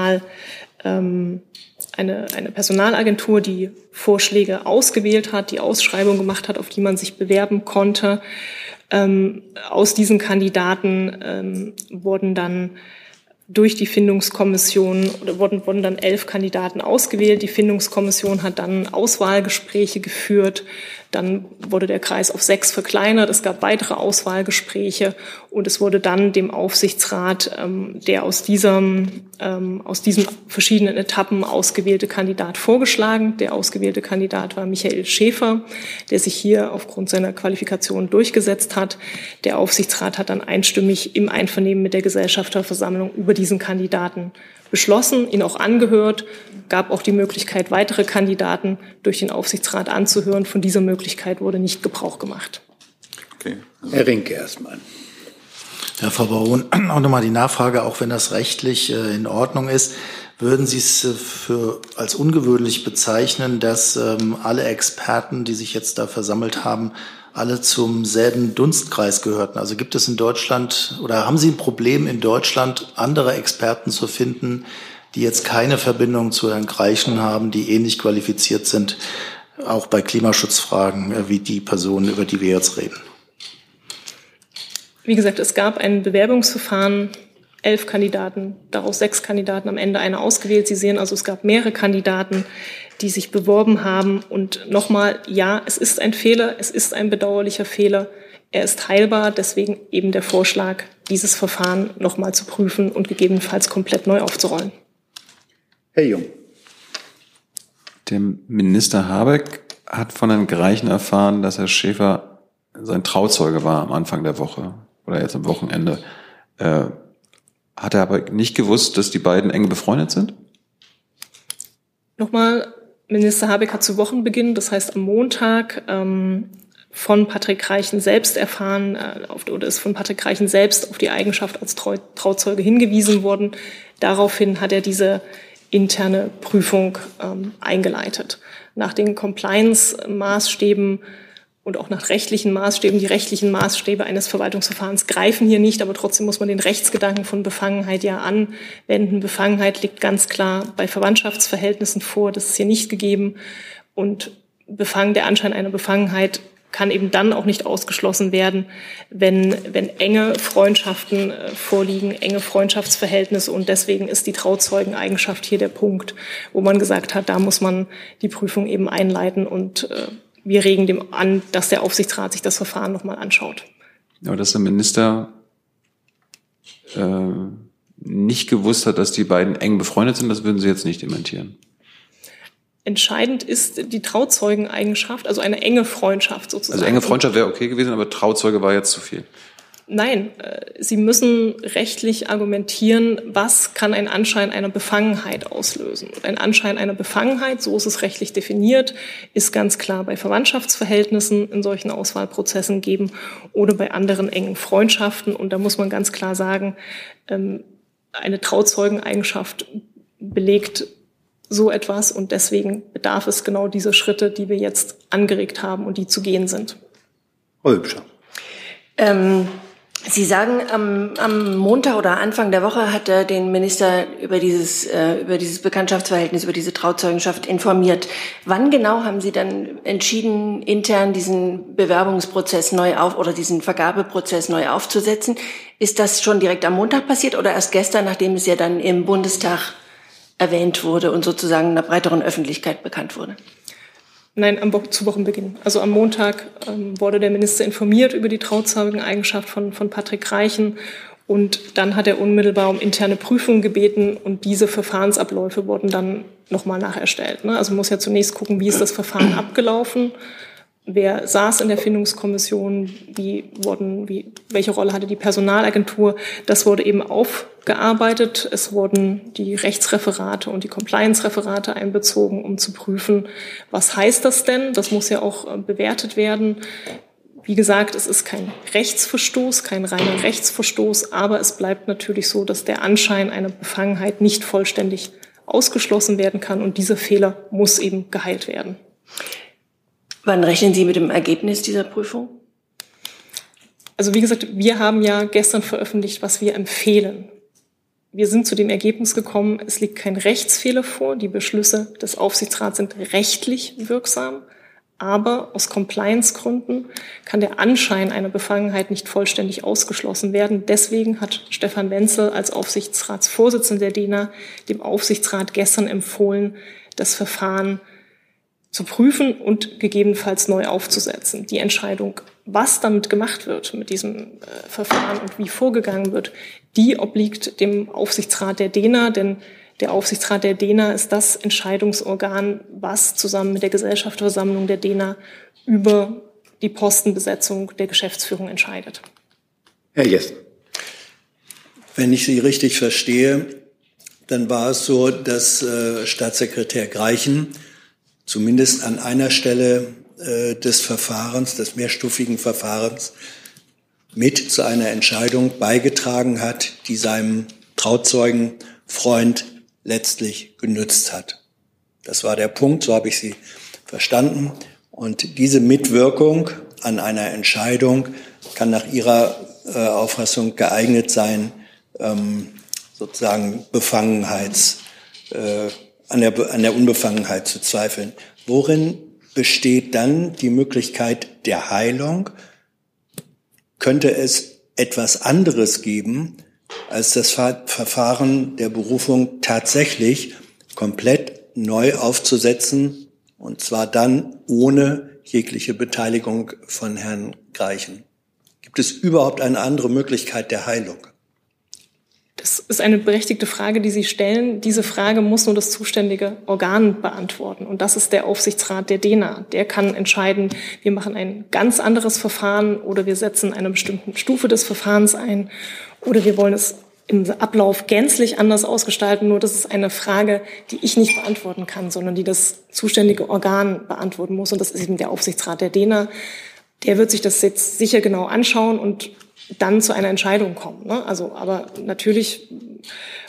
Personalagentur, die Vorschläge ausgewählt hat, die Ausschreibung gemacht hat, auf die man sich bewerben konnte. Aus diesen Kandidaten wurden dann durch die Findungskommission oder wurden dann 11 Kandidaten ausgewählt. Die Findungskommission hat dann Auswahlgespräche geführt. Dann wurde der Kreis auf 6 verkleinert. Es gab weitere Auswahlgespräche und es wurde dann dem Aufsichtsrat der aus diesen verschiedenen Etappen ausgewählte Kandidat vorgeschlagen. Der ausgewählte Kandidat war Michael Schäfer, der sich hier aufgrund seiner Qualifikation durchgesetzt hat. Der Aufsichtsrat hat dann einstimmig im Einvernehmen mit der Gesellschafterversammlung über diesen Kandidaten beschlossen, ihn auch angehört, gab auch die Möglichkeit, weitere Kandidaten durch den Aufsichtsrat anzuhören. Von dieser Möglichkeit wurde nicht Gebrauch gemacht. Okay. Herr Rinke erstmal. Herr Frau Baron, auch nochmal die Nachfrage, auch wenn das rechtlich in Ordnung ist, würden Sie es als ungewöhnlich bezeichnen, dass alle Experten, die sich jetzt da versammelt haben, alle zum selben Dunstkreis gehörten? Also gibt es in Deutschland oder haben Sie ein Problem in Deutschland, andere Experten zu finden, die jetzt keine Verbindung zu Herrn Greichen haben, die ähnlich qualifiziert sind, auch bei Klimaschutzfragen, wie die Personen, über die wir jetzt reden? Wie gesagt, es gab ein Bewerbungsverfahren, 11 Kandidaten, daraus 6 Kandidaten, am Ende eine ausgewählt. Sie sehen also, es gab mehrere Kandidaten, die sich beworben haben. Und nochmal, ja, es ist ein Fehler, es ist ein bedauerlicher Fehler. Er ist heilbar, deswegen eben der Vorschlag, dieses Verfahren nochmal zu prüfen und gegebenenfalls komplett neu aufzurollen. Herr Jung. Der Minister Habeck hat von Herrn Greichen erfahren, dass Herr Schäfer sein Trauzeuge war am Anfang der Woche oder jetzt am Wochenende. Hat er aber nicht gewusst, dass die beiden eng befreundet sind? Nochmal, Minister Habeck hat zu Wochenbeginn, das heißt am Montag, von Patrick Reichen selbst erfahren, oder ist von Patrick Reichen selbst auf die Eigenschaft als Trauzeuge hingewiesen worden. Daraufhin hat er diese interne Prüfung eingeleitet. Nach den Compliance-Maßstäben und auch nach rechtlichen Maßstäben. Die rechtlichen Maßstäbe eines Verwaltungsverfahrens greifen hier nicht, aber trotzdem muss man den Rechtsgedanken von Befangenheit ja anwenden. Befangenheit liegt ganz klar bei Verwandtschaftsverhältnissen vor, das ist hier nicht gegeben. Und der Anschein einer Befangenheit kann eben dann auch nicht ausgeschlossen werden, wenn enge Freundschaften vorliegen, enge Freundschaftsverhältnisse. Und deswegen ist die Trauzeugeneigenschaft hier der Punkt, wo man gesagt hat, da muss man die Prüfung eben einleiten und wir regen dem an, dass der Aufsichtsrat sich das Verfahren nochmal anschaut. Aber dass der Minister nicht gewusst hat, dass die beiden eng befreundet sind, das würden Sie jetzt nicht dementieren. Entscheidend ist die Trauzeugeneigenschaft, also eine enge Freundschaft sozusagen. Also enge Freundschaft wäre okay gewesen, aber Trauzeuge war jetzt zu viel. Nein, Sie müssen rechtlich argumentieren, was kann ein Anschein einer Befangenheit auslösen. Und ein Anschein einer Befangenheit, so ist es rechtlich definiert, ist ganz klar bei Verwandtschaftsverhältnissen in solchen Auswahlprozessen geben oder bei anderen engen Freundschaften. Und da muss man ganz klar sagen, eine Trauzeugeneigenschaft belegt so etwas und deswegen bedarf es genau dieser Schritte, die wir jetzt angeregt haben und die zu gehen sind. Frau Hübscher. Sie sagen, am Montag oder Anfang der Woche hat er den Minister über dieses Bekanntschaftsverhältnis, über diese Trauzeugenschaft informiert. Wann genau haben Sie dann entschieden, intern diesen Bewerbungsprozess oder diesen Vergabeprozess neu aufzusetzen? Ist das schon direkt am Montag passiert oder erst gestern, nachdem es ja dann im Bundestag erwähnt wurde und sozusagen einer breiteren Öffentlichkeit bekannt wurde? Nein, zu Wochenbeginn. Also am Montag wurde der Minister informiert über die Trauzeugeneigenschaft von Patrick Reichen und dann hat er unmittelbar um interne Prüfungen gebeten und diese Verfahrensabläufe wurden dann nochmal nacherstellt. Also man muss ja zunächst gucken, wie ist das Verfahren abgelaufen, wer saß in der Findungskommission, welche Rolle hatte die Personalagentur. Das wurde eben aufgearbeitet. Es wurden die Rechtsreferate und die Compliance-Referate einbezogen, um zu prüfen, was heißt das denn? Das muss ja auch bewertet werden. Wie gesagt, es ist kein Rechtsverstoß, kein reiner Rechtsverstoß, aber es bleibt natürlich so, dass der Anschein einer Befangenheit nicht vollständig ausgeschlossen werden kann und dieser Fehler muss eben geheilt werden. Wann rechnen Sie mit dem Ergebnis dieser Prüfung? Also wie gesagt, wir haben ja gestern veröffentlicht, was wir empfehlen. Wir sind zu dem Ergebnis gekommen, es liegt kein Rechtsfehler vor. Die Beschlüsse des Aufsichtsrats sind rechtlich wirksam. Aber aus Compliance-Gründen kann der Anschein einer Befangenheit nicht vollständig ausgeschlossen werden. Deswegen hat Stefan Wenzel als Aufsichtsratsvorsitzender der DENA dem Aufsichtsrat gestern empfohlen, das Verfahren zu prüfen und gegebenenfalls neu aufzusetzen. Die Entscheidung, was damit gemacht wird mit diesem Verfahren und wie vorgegangen wird, die obliegt dem Aufsichtsrat der DENA, denn der Aufsichtsrat der DENA ist das Entscheidungsorgan, was zusammen mit der Gesellschafterversammlung der DENA über die Postenbesetzung der Geschäftsführung entscheidet. Herr Jessen. Wenn ich Sie richtig verstehe, dann war es so, dass Staatssekretär Greichen zumindest an einer Stelle des Verfahrens, des mehrstufigen Verfahrens, mit zu einer Entscheidung beigetragen hat, die seinem Trauzeugenfreund letztlich genützt hat. Das war der Punkt, so habe ich Sie verstanden. Und diese Mitwirkung an einer Entscheidung kann nach Ihrer Auffassung geeignet sein, sozusagen an der Unbefangenheit zu zweifeln. Worin besteht dann die Möglichkeit der Heilung? Könnte es etwas anderes geben, als das Verfahren der Berufung tatsächlich komplett neu aufzusetzen, und zwar dann ohne jegliche Beteiligung von Herrn Greichen? Gibt es überhaupt eine andere Möglichkeit der Heilung? Das ist eine berechtigte Frage, die Sie stellen. Diese Frage muss nur das zuständige Organ beantworten. Und das ist der Aufsichtsrat der DENA. Der kann entscheiden, wir machen ein ganz anderes Verfahren oder wir setzen eine bestimmte Stufe des Verfahrens ein oder wir wollen es im Ablauf gänzlich anders ausgestalten. Nur das ist eine Frage, die ich nicht beantworten kann, sondern die das zuständige Organ beantworten muss. Und das ist eben der Aufsichtsrat der DENA. Der wird sich das jetzt sicher genau anschauen und dann zu einer Entscheidung kommen. Aber natürlich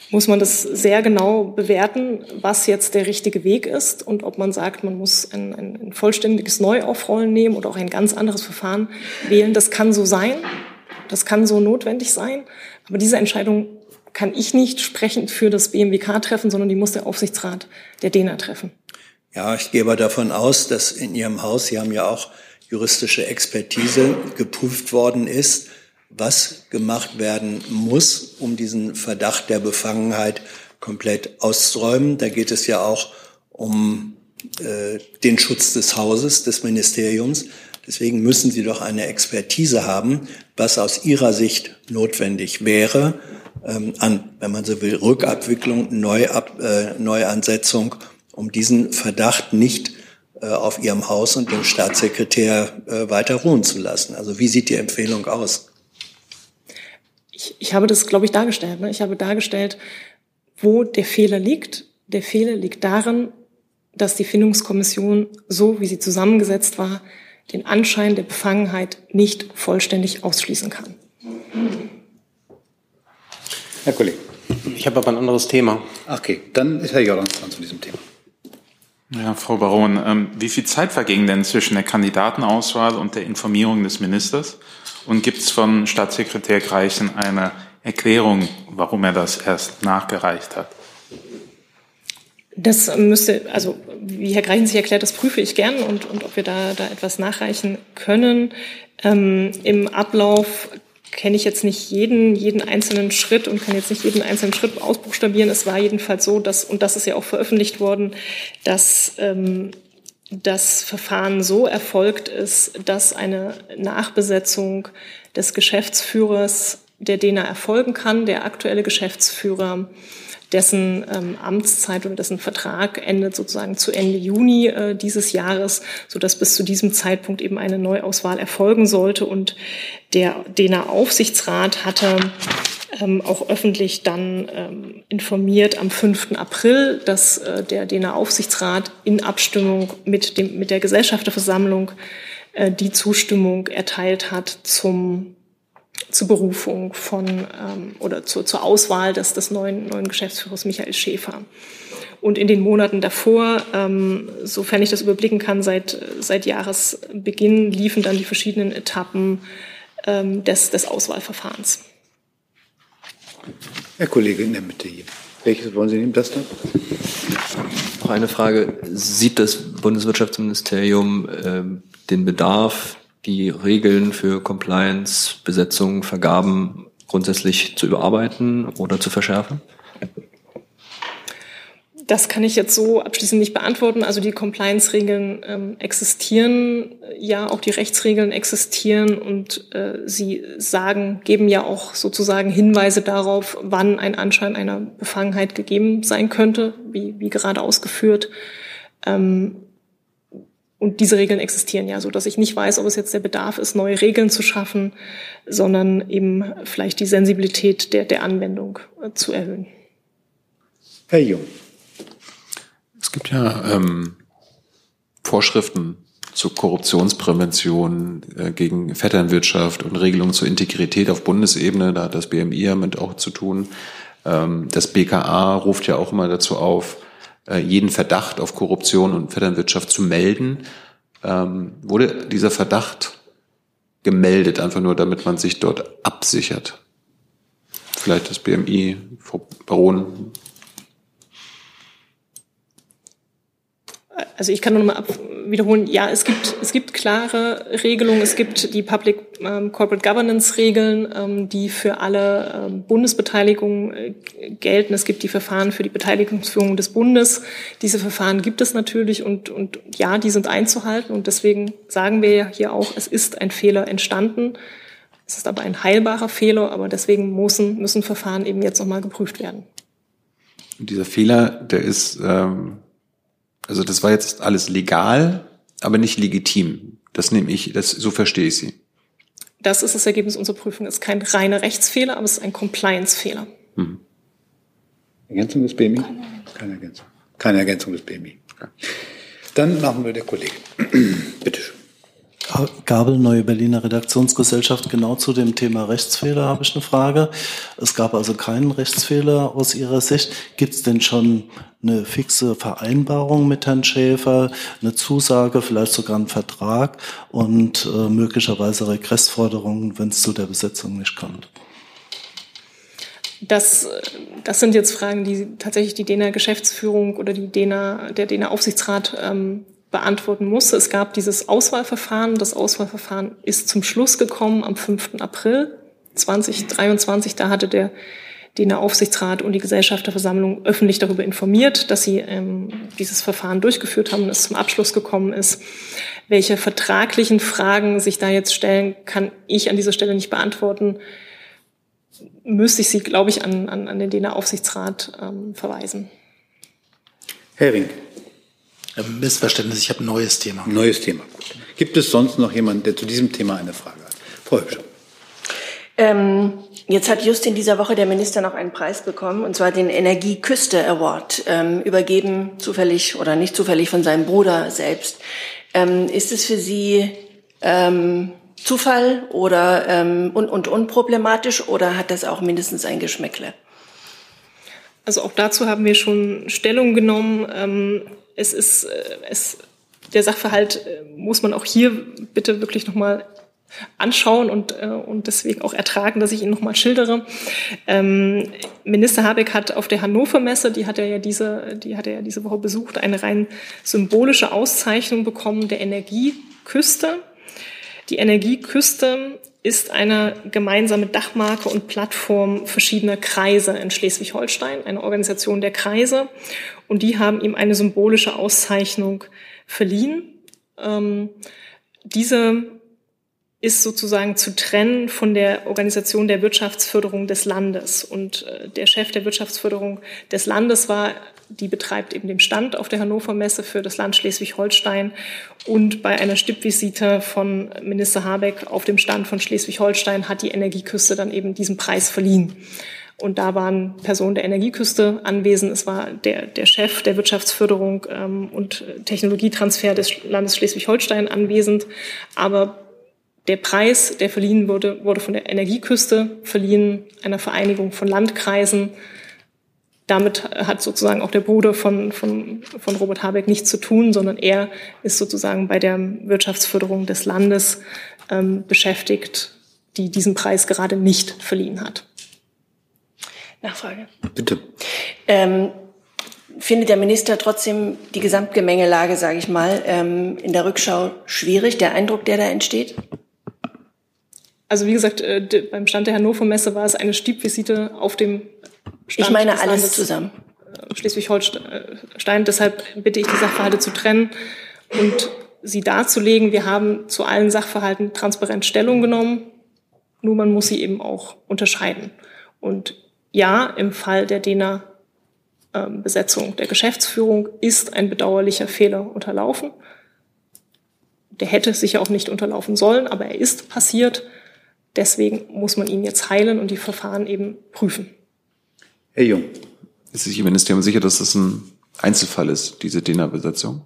muss man das sehr genau bewerten, was jetzt der richtige Weg ist und ob man sagt, man muss ein vollständiges Neuaufrollen nehmen oder auch ein ganz anderes Verfahren wählen. Das kann so sein, das kann so notwendig sein, aber diese Entscheidung kann ich nicht sprechend für das BMWK treffen, sondern die muss der Aufsichtsrat der DENA treffen. Ja, ich gehe aber davon aus, dass in Ihrem Haus, Sie haben ja auch juristische Expertise, geprüft worden ist, was gemacht werden muss, um diesen Verdacht der Befangenheit komplett auszuräumen. Da geht es ja auch um den Schutz des Hauses, des Ministeriums. Deswegen müssen Sie doch eine Expertise haben, was aus Ihrer Sicht notwendig wäre, an, wenn man so will, Rückabwicklung, Neuansetzung, um diesen Verdacht nicht auf Ihrem Haus und dem Staatssekretär weiter ruhen zu lassen. Also wie sieht die Empfehlung aus? Ich habe das, glaube ich, dargestellt. Ich habe dargestellt, wo der Fehler liegt. Der Fehler liegt darin, dass die Findungskommission, so wie sie zusammengesetzt war, den Anschein der Befangenheit nicht vollständig ausschließen kann. Herr Kollege. Ich habe aber ein anderes Thema. Okay, dann ist Herr Jordans dran zu diesem Thema. Ja, Frau Baron, wie viel Zeit verging denn zwischen der Kandidatenauswahl und der Informierung des Ministers? Und gibt es von Staatssekretär Greichen eine Erklärung, warum er das erst nachgereicht hat? Das müsste, also wie Herr Greichen sich erklärt, das prüfe ich gern und ob wir da etwas nachreichen können. Im Ablauf kenne ich jetzt nicht jeden einzelnen Schritt und kann jetzt nicht jeden einzelnen Schritt ausbuchstabieren. Es war jedenfalls so, dass, und das ist ja auch veröffentlicht worden, dass das Verfahren so erfolgt ist, dass eine Nachbesetzung des Geschäftsführers der DENA erfolgen kann. Der aktuelle Geschäftsführer, dessen Amtszeit oder dessen Vertrag endet sozusagen zu Ende Juni dieses Jahres, sodass bis zu diesem Zeitpunkt eben eine Neuauswahl erfolgen sollte. Und der DENA-Aufsichtsrat hatte auch öffentlich dann informiert am 5. April, dass der DENA-Aufsichtsrat in Abstimmung mit der Gesellschafterversammlung die Zustimmung erteilt hat zur Berufung von oder zur Auswahl des neuen Geschäftsführers Michael Schäfer. Und in den Monaten davor, sofern ich das überblicken kann, seit Jahresbeginn liefen dann die verschiedenen Etappen des Auswahlverfahrens. Herr Kollege in der Mitte hier. Welches wollen Sie nehmen? Das da? Noch eine Frage. Sieht das Bundeswirtschaftsministerium den Bedarf, die Regeln für Compliance, Besetzung, Vergaben grundsätzlich zu überarbeiten oder zu verschärfen? Das kann ich jetzt so abschließend nicht beantworten. Also die Compliance-Regeln existieren, ja, auch die Rechtsregeln existieren und sie geben ja auch sozusagen Hinweise darauf, wann ein Anschein einer Befangenheit gegeben sein könnte, wie gerade ausgeführt. Und diese Regeln existieren ja, so dass ich nicht weiß, ob es jetzt der Bedarf ist, neue Regeln zu schaffen, sondern eben vielleicht die Sensibilität der Anwendung zu erhöhen. Herr Jung. Es gibt ja Vorschriften zur Korruptionsprävention gegen Vetternwirtschaft und Regelungen zur Integrität auf Bundesebene. Da hat das BMI ja mit auch zu tun. Das BKA ruft ja auch immer dazu auf, jeden Verdacht auf Korruption und Vetternwirtschaft zu melden. Wurde dieser Verdacht gemeldet, einfach nur, damit man sich dort absichert? Vielleicht das BMI, Frau Baron. Also ich kann nur noch mal wiederholen, ja, es gibt klare Regelungen, es gibt die Public Corporate Governance Regeln, die für alle Bundesbeteiligungen gelten. Es gibt die Verfahren für die Beteiligungsführung des Bundes. Diese Verfahren gibt es natürlich und ja, die sind einzuhalten und deswegen sagen wir ja hier auch, es ist ein Fehler entstanden. Es ist aber ein heilbarer Fehler, aber deswegen müssen Verfahren eben jetzt nochmal geprüft werden. Und dieser Fehler, der ist also das war jetzt alles legal, aber nicht legitim. Das nehme ich, so verstehe ich Sie. Das ist das Ergebnis unserer Prüfung. Es ist kein reiner Rechtsfehler, aber es ist ein Compliance-Fehler. Ergänzung des BMI? Keine Ergänzung. Keine Ergänzung des BMI. Okay. Dann machen wir der Kollege. Bitte schön. Gabel, Neue Berliner Redaktionsgesellschaft. Genau zu dem Thema Rechtsfehler habe ich eine Frage. Es gab also keinen Rechtsfehler aus Ihrer Sicht. Gibt es denn schon eine fixe Vereinbarung mit Herrn Schäfer, eine Zusage, vielleicht sogar einen Vertrag und möglicherweise Regressforderungen, wenn es zu der Besetzung nicht kommt? Das sind jetzt Fragen, die tatsächlich die DENA Geschäftsführung oder der DENA Aufsichtsrat beantworten musste. Es gab dieses Auswahlverfahren. Das Auswahlverfahren ist zum Schluss gekommen am 5. April 2023. Da hatte der DENA Aufsichtsrat und die Gesellschafterversammlung öffentlich darüber informiert, dass sie dieses Verfahren durchgeführt haben und es zum Abschluss gekommen ist. Welche vertraglichen Fragen sich da jetzt stellen, kann ich an dieser Stelle nicht beantworten. Müsste ich sie, glaube ich, an den DENA Aufsichtsrat verweisen. Herr Rink. Missverständnis, ich habe ein neues Thema. Neues Thema, gut. Gibt es sonst noch jemanden, der zu diesem Thema eine Frage hat? Frau Hübscher. Jetzt hat just in dieser Woche der Minister noch einen Preis bekommen, und zwar den Energieküste Award, übergeben zufällig oder nicht zufällig von seinem Bruder selbst. Ist es für Sie Zufall oder und unproblematisch, oder hat das auch mindestens ein Geschmäckle? Also auch dazu haben wir schon Stellung genommen. Der Sachverhalt muss man auch hier bitte wirklich nochmal anschauen und deswegen auch ertragen, dass ich ihn nochmal schildere. Minister Habeck hat auf der Hannover Messe, die hat er ja diese Woche besucht, eine rein symbolische Auszeichnung bekommen der Energieküste. Die Energieküste ist eine gemeinsame Dachmarke und Plattform verschiedener Kreise in Schleswig-Holstein, eine Organisation der Kreise. Und die haben ihm eine symbolische Auszeichnung verliehen. Diese ist sozusagen zu trennen von der Organisation der Wirtschaftsförderung des Landes. Und der Chef der Wirtschaftsförderung des Landes die betreibt eben den Stand auf der Hannover Messe für das Land Schleswig-Holstein. Und bei einer Stippvisite von Minister Habeck auf dem Stand von Schleswig-Holstein hat die Energieküste dann eben diesen Preis verliehen. Und da waren Personen der Energieküste anwesend. Es war der Chef der Wirtschaftsförderung und Technologietransfer des Landes Schleswig-Holstein anwesend. Aber der Preis, der verliehen wurde von der Energieküste verliehen, einer Vereinigung von Landkreisen. Damit hat sozusagen auch der Bruder von Robert Habeck nichts zu tun, sondern er ist sozusagen bei der Wirtschaftsförderung des Landes beschäftigt, die diesen Preis gerade nicht verliehen hat. Nachfrage. Bitte. Findet der Minister trotzdem die Gesamtgemengelage, sage ich mal, in der Rückschau schwierig, der Eindruck, der da entsteht? Also wie gesagt, beim Stand der Hannover Messe war es eine Stippvisite auf dem Stand. Ich meine alles zusammen. Schleswig-Holstein. Deshalb bitte ich, die Sachverhalte zu trennen und sie darzulegen. Wir haben zu allen Sachverhalten transparent Stellung genommen. Nur man muss sie eben auch unterscheiden. Und ja, im Fall der DENA Besetzung der Geschäftsführung ist ein bedauerlicher Fehler unterlaufen. Der hätte sicher auch nicht unterlaufen sollen, aber er ist passiert. Deswegen muss man ihn jetzt heilen und die Verfahren eben prüfen. Herr Jung. Ist sich Ihr Ministerium sicher, dass das ein Einzelfall ist, diese DENA-Besetzung?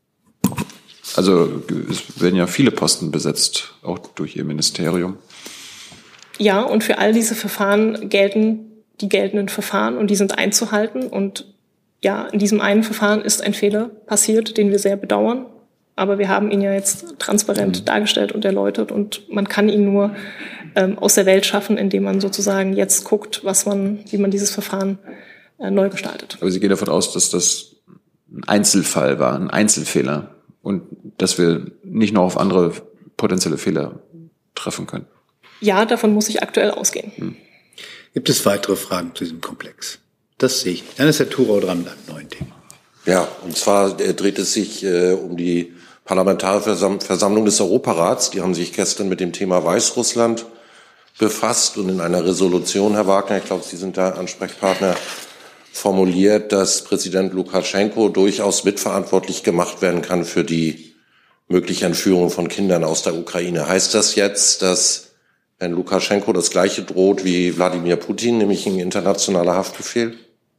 Also es werden ja viele Posten besetzt, auch durch Ihr Ministerium. Ja, und für all diese Verfahren gelten die geltenden Verfahren und die sind einzuhalten. Und ja, in diesem einen Verfahren ist ein Fehler passiert, den wir sehr bedauern. Aber wir haben ihn ja jetzt transparent dargestellt und erläutert und man kann ihn nur aus der Welt schaffen, indem man sozusagen jetzt guckt, wie man dieses Verfahren neu gestaltet. Aber Sie gehen davon aus, dass das ein Einzelfall war, ein Einzelfehler und dass wir nicht noch auf andere potenzielle Fehler treffen können? Ja, davon muss ich aktuell ausgehen. Gibt es weitere Fragen zu diesem Komplex? Das sehe ich nicht. Dann ist Herr Thurau dran mit einem neuen Thema. Ja, und zwar dreht es sich um die Parlamentarversammlung des Europarats. Die haben sich gestern mit dem Thema Weißrussland befasst und in einer Resolution, Herr Wagner, ich glaube, Sie sind da Ansprechpartner, formuliert, dass Präsident Lukaschenko durchaus mitverantwortlich gemacht werden kann für die mögliche Entführung von Kindern aus der Ukraine. Heißt das jetzt, dass wenn Lukaschenko das Gleiche droht wie Wladimir Putin, nämlich ein internationaler Haftbefehl?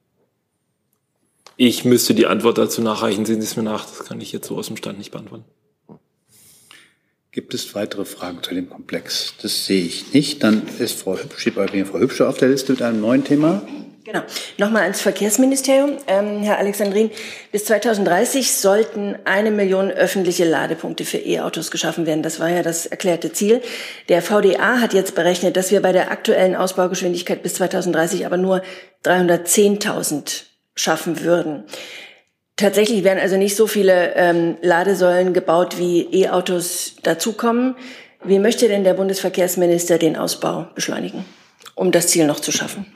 Ich müsste die Antwort dazu nachreichen. Sehen Sie es mir nach. Das kann ich jetzt so aus dem Stand nicht beantworten. Gibt es weitere Fragen zu dem Komplex? Das sehe ich nicht. Dann steht Frau Hübscher auf der Liste mit einem neuen Thema. Genau. Nochmal ans Verkehrsministerium. Herr Alexandrin, bis 2030 sollten 1 Million öffentliche Ladepunkte für E-Autos geschaffen werden. Das war ja das erklärte Ziel. Der VDA hat jetzt berechnet, dass wir bei der aktuellen Ausbaugeschwindigkeit bis 2030 aber nur 310.000 schaffen würden. Tatsächlich werden also nicht so viele Ladesäulen gebaut, wie E-Autos dazukommen. Wie möchte denn der Bundesverkehrsminister den Ausbau beschleunigen, um das Ziel noch zu schaffen?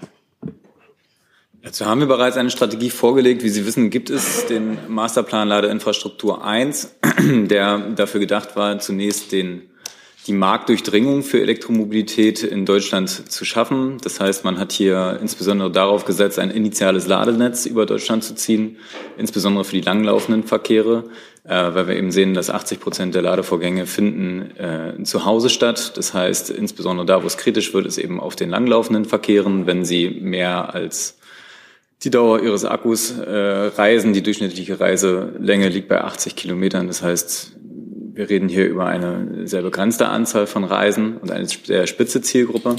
Dazu haben wir bereits eine Strategie vorgelegt. Wie Sie wissen, gibt es den Masterplan Ladeinfrastruktur 1, der dafür gedacht war, zunächst die Marktdurchdringung für Elektromobilität in Deutschland zu schaffen. Das heißt, man hat hier insbesondere darauf gesetzt, ein initiales Ladenetz über Deutschland zu ziehen, insbesondere für die langlaufenden Verkehre, weil wir eben sehen, dass 80% der Ladevorgänge finden zu Hause statt. Das heißt, insbesondere da, wo es kritisch wird, ist eben auf den langlaufenden Verkehren, wenn sie mehr als die Dauer Ihres Akkus reisen. Die durchschnittliche Reiselänge liegt bei 80 Kilometern. Das heißt, wir reden hier über eine sehr begrenzte Anzahl von Reisen und eine sehr spitze Zielgruppe.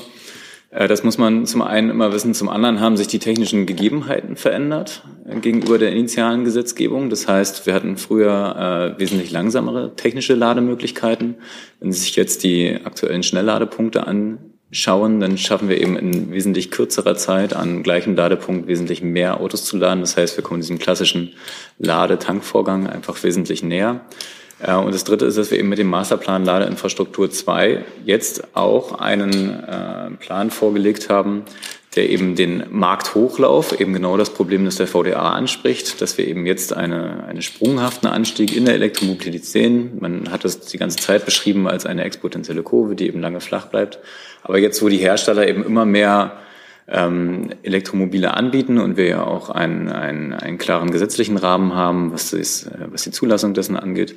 Das muss man zum einen immer wissen. Zum anderen haben sich die technischen Gegebenheiten verändert gegenüber der initialen Gesetzgebung. Das heißt, wir hatten früher wesentlich langsamere technische Lademöglichkeiten. Wenn Sie sich jetzt die aktuellen Schnellladepunkte anschauen, dann schaffen wir eben in wesentlich kürzerer Zeit an gleichem Ladepunkt wesentlich mehr Autos zu laden. Das heißt, wir kommen diesem klassischen Ladetankvorgang einfach wesentlich näher. Und das Dritte ist, dass wir eben mit dem Masterplan Ladeinfrastruktur 2 jetzt auch einen Plan vorgelegt haben, der eben den Markthochlauf, eben genau das Problem, das der VDA anspricht, dass wir eben jetzt einen sprunghaften Anstieg in der Elektromobilität sehen. Man hat das die ganze Zeit beschrieben als eine exponentielle Kurve, die eben lange flach bleibt. Aber jetzt, wo die Hersteller eben immer mehr Elektromobile anbieten und wir ja auch einen klaren gesetzlichen Rahmen haben, was die Zulassung dessen angeht,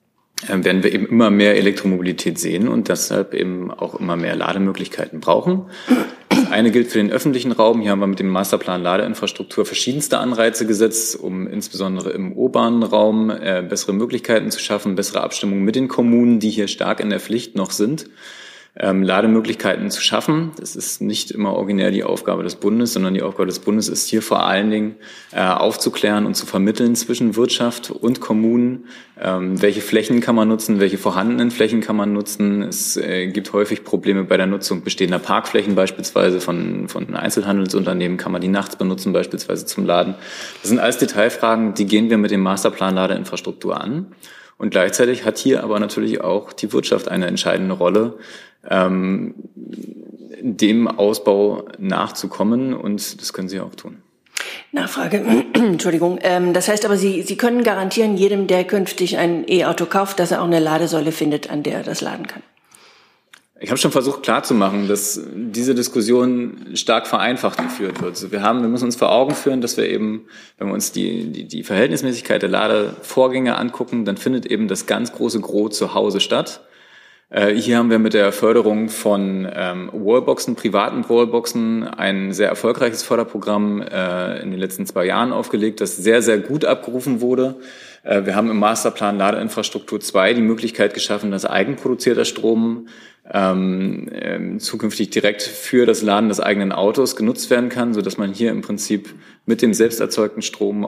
werden wir eben immer mehr Elektromobilität sehen und deshalb eben auch immer mehr Lademöglichkeiten brauchen. Das eine gilt für den öffentlichen Raum. Hier haben wir mit dem Masterplan Ladeinfrastruktur verschiedenste Anreize gesetzt, um insbesondere im urbanen Raum bessere Möglichkeiten zu schaffen, bessere Abstimmung mit den Kommunen, die hier stark in der Pflicht noch sind, Lademöglichkeiten zu schaffen. Das ist nicht immer originär die Aufgabe des Bundes, sondern die Aufgabe des Bundes ist hier vor allen Dingen aufzuklären und zu vermitteln zwischen Wirtschaft und Kommunen. Welche Flächen kann man nutzen, welche vorhandenen Flächen kann man nutzen. Es gibt häufig Probleme bei der Nutzung bestehender Parkflächen beispielsweise von Einzelhandelsunternehmen. Kann man die nachts benutzen beispielsweise zum Laden. Das sind alles Detailfragen, die gehen wir mit dem Masterplan Ladeinfrastruktur an. Und gleichzeitig hat hier aber natürlich auch die Wirtschaft eine entscheidende Rolle, dem Ausbau nachzukommen, und das können Sie auch tun. Nachfrage, Entschuldigung. Das heißt aber, Sie können garantieren jedem, der künftig ein E-Auto kauft, dass er auch eine Ladesäule findet, an der er das laden kann? Ich habe schon versucht klarzumachen, dass diese Diskussion stark vereinfacht geführt wird. Also wir müssen uns vor Augen führen, dass wir eben, wenn wir uns die Verhältnismäßigkeit der Ladevorgänge angucken, dann findet eben das ganz große Gros zu Hause statt. Hier haben wir mit der Förderung von Wallboxen, privaten Wallboxen, ein sehr erfolgreiches Förderprogramm in den letzten 2 Jahren aufgelegt, das sehr, sehr gut abgerufen wurde. Wir haben im Masterplan Ladeinfrastruktur 2 die Möglichkeit geschaffen, dass eigenproduzierter Strom zukünftig direkt für das Laden des eigenen Autos genutzt werden kann, so dass man hier im Prinzip mit dem selbst erzeugten Strom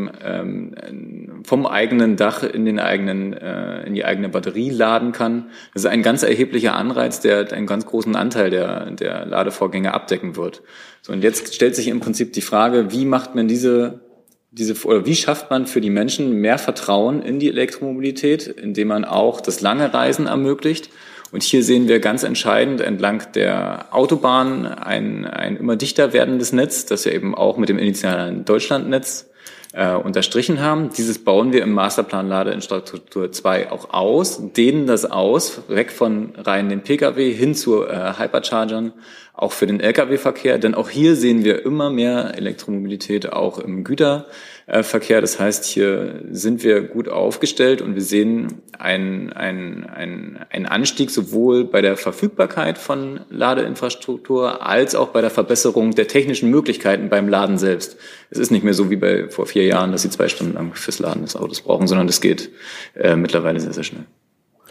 vom eigenen Dach in die eigene Batterie laden kann. Das ist ein ganz erheblicher Anreiz, der einen ganz großen Anteil der Ladevorgänge abdecken wird. So, und jetzt stellt sich im Prinzip die Frage, wie macht man wie schafft man für die Menschen mehr Vertrauen in die Elektromobilität, indem man auch das lange Reisen ermöglicht. Und hier sehen wir ganz entscheidend entlang der Autobahn ein immer dichter werdendes Netz, das wir eben auch mit dem initialen Deutschlandnetz unterstrichen haben. Dieses bauen wir im Masterplan Ladeinfrastruktur 2 auch aus, dehnen das aus, weg von rein den Pkw hin zu Hyperchargern, auch für den Lkw-Verkehr. Denn auch hier sehen wir immer mehr Elektromobilität auch im Güterverkehr. Das heißt, hier sind wir gut aufgestellt und wir sehen einen Anstieg sowohl bei der Verfügbarkeit von Ladeinfrastruktur als auch bei der Verbesserung der technischen Möglichkeiten beim Laden selbst. Es ist nicht mehr so wie vor 4 Jahren, dass Sie 2 Stunden lang fürs Laden des Autos brauchen, sondern das geht mittlerweile sehr, sehr schnell.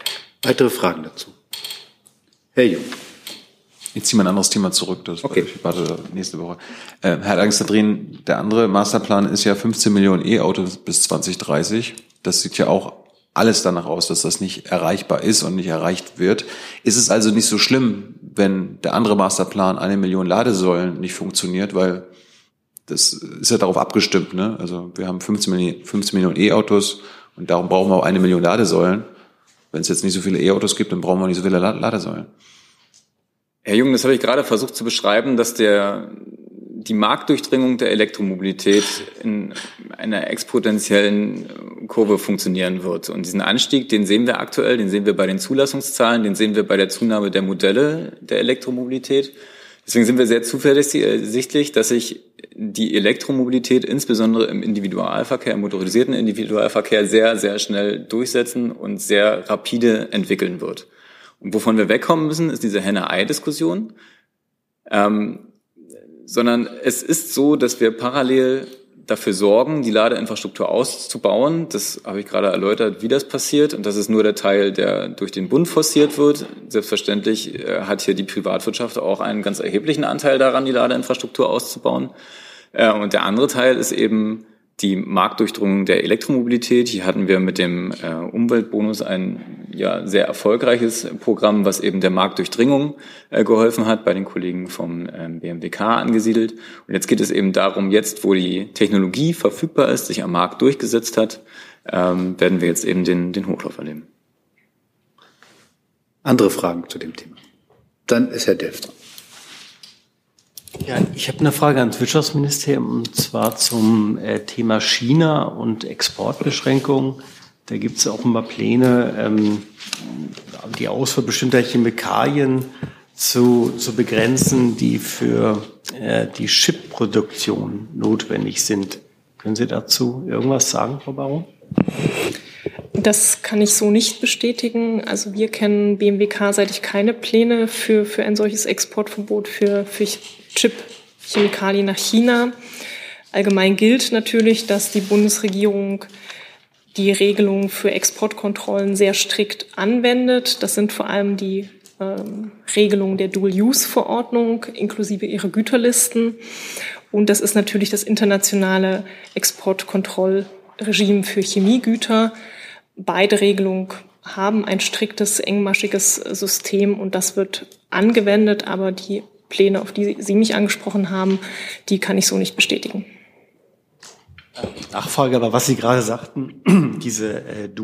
Weitere Fragen dazu? Herr Jung. Ich ziehe mal ein anderes Thema zurück. Das ich warte nächste Woche. Herr Alexandrin, der andere Masterplan ist ja 15 Millionen E-Autos bis 2030. Das sieht ja auch alles danach aus, dass das nicht erreichbar ist und nicht erreicht wird. Ist es also nicht so schlimm, wenn der andere Masterplan 1 Million Ladesäulen nicht funktioniert, weil das ist ja darauf abgestimmt, ne? Also wir haben 15 Millionen E-Autos und darum brauchen wir auch 1 Million Ladesäulen. Wenn es jetzt nicht so viele E-Autos gibt, dann brauchen wir nicht so viele Ladesäulen. Herr Jung, das habe ich gerade versucht zu beschreiben, dass die Marktdurchdringung der Elektromobilität in einer exponentiellen Kurve funktionieren wird. Und diesen Anstieg, den sehen wir aktuell, den sehen wir bei den Zulassungszahlen, den sehen wir bei der Zunahme der Modelle der Elektromobilität. Deswegen sind wir sehr zuversichtlich, dass sich die Elektromobilität insbesondere im Individualverkehr, im motorisierten Individualverkehr sehr, sehr schnell durchsetzen und sehr rapide entwickeln wird. Und wovon wir wegkommen müssen, ist diese Henne-Ei-Diskussion. Sondern es ist so, dass wir parallel dafür sorgen, die Ladeinfrastruktur auszubauen. Das habe ich gerade erläutert, wie das passiert. Und das ist nur der Teil, der durch den Bund forciert wird. Selbstverständlich hat hier die Privatwirtschaft auch einen ganz erheblichen Anteil daran, die Ladeinfrastruktur auszubauen. Und der andere Teil ist eben die Marktdurchdringung der Elektromobilität. Hier hatten wir mit dem Umweltbonus ein sehr erfolgreiches Programm, was eben der Marktdurchdringung geholfen hat, bei den Kollegen vom BMWK angesiedelt. Und jetzt geht es eben darum, jetzt wo die Technologie verfügbar ist, sich am Markt durchgesetzt hat, werden wir jetzt eben den Hochlauf erleben. Andere Fragen zu dem Thema? Dann ist Herr Delf dran. Ja, ich habe eine Frage ans Wirtschaftsministerium, und zwar zum Thema China und Exportbeschränkungen. Da gibt es offenbar Pläne, die Ausfuhr bestimmter Chemikalien zu begrenzen, die für die Chipproduktion notwendig sind. Können Sie dazu irgendwas sagen, Frau Baron? Das kann ich so nicht bestätigen. Also wir kennen BMWK-seitig keine Pläne für ein solches Exportverbot für Chip-Chemikalien nach China. Allgemein gilt natürlich, dass die Bundesregierung die Regelungen für Exportkontrollen sehr strikt anwendet. Das sind vor allem die Regelungen der Dual-Use-Verordnung inklusive ihrer Güterlisten. Und das ist natürlich das internationale Exportkontrollregime für Chemiegüter. Beide Regelungen haben ein striktes, engmaschiges System und das wird angewendet, aber die Pläne, auf die Sie mich angesprochen haben, die kann ich so nicht bestätigen. Nachfrage, aber was Sie gerade sagten, diese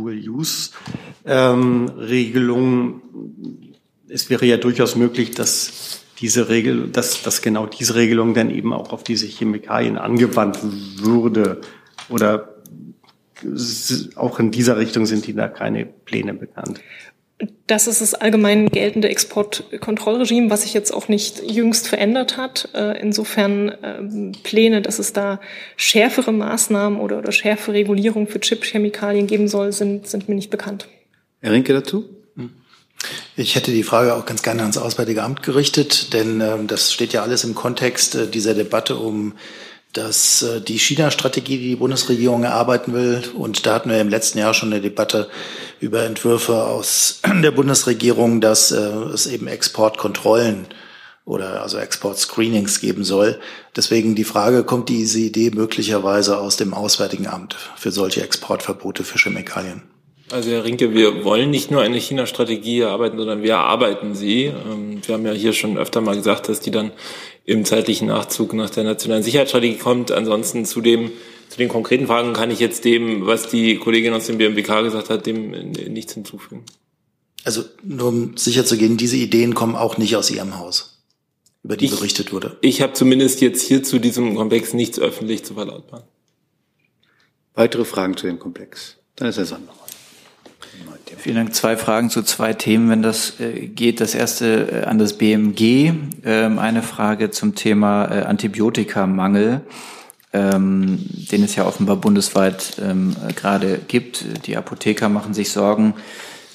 Dual-Use-Regelung, es wäre ja durchaus möglich, dass genau diese Regelung dann eben auch auf diese Chemikalien angewandt würde. Oder auch in dieser Richtung sind Ihnen da keine Pläne bekannt? Das ist das allgemein geltende Exportkontrollregime, was sich jetzt auch nicht jüngst verändert hat. Insofern Pläne, dass es da schärfere Maßnahmen oder schärfere Regulierung für Chip-Chemikalien geben soll, sind mir nicht bekannt. Herr Rinke dazu? Ich hätte die Frage auch ganz gerne ans Auswärtige Amt gerichtet, denn das steht ja alles im Kontext dieser Debatte um die China-Strategie, die die Bundesregierung erarbeiten will. Und da hatten wir im letzten Jahr schon eine Debatte über Entwürfe aus der Bundesregierung, dass es eben Exportkontrollen oder also Exportscreenings geben soll. Deswegen die Frage, kommt diese Idee möglicherweise aus dem Auswärtigen Amt für solche Exportverbote für Chemikalien? Also Herr Rinke, wir wollen nicht nur eine China-Strategie erarbeiten, sondern wir erarbeiten sie. Wir haben ja hier schon öfter mal gesagt, dass die dann im zeitlichen Nachzug nach der nationalen Sicherheitsstrategie kommt. Ansonsten zu den konkreten Fragen kann ich jetzt dem, was die Kollegin aus dem BMWK gesagt hat, dem nichts hinzufügen. Also nur um sicher zu gehen, diese Ideen kommen auch nicht aus Ihrem Haus, über die berichtet wurde. Ich habe zumindest jetzt hier zu diesem Komplex nichts öffentlich zu verlautbaren. Weitere Fragen zu dem Komplex? Dann ist Herr Sander. Vielen Dank. 2 Fragen zu 2 Themen, wenn das geht. Das erste an das BMG. Eine Frage zum Thema Antibiotikamangel, den es ja offenbar bundesweit gerade gibt. Die Apotheker machen sich Sorgen,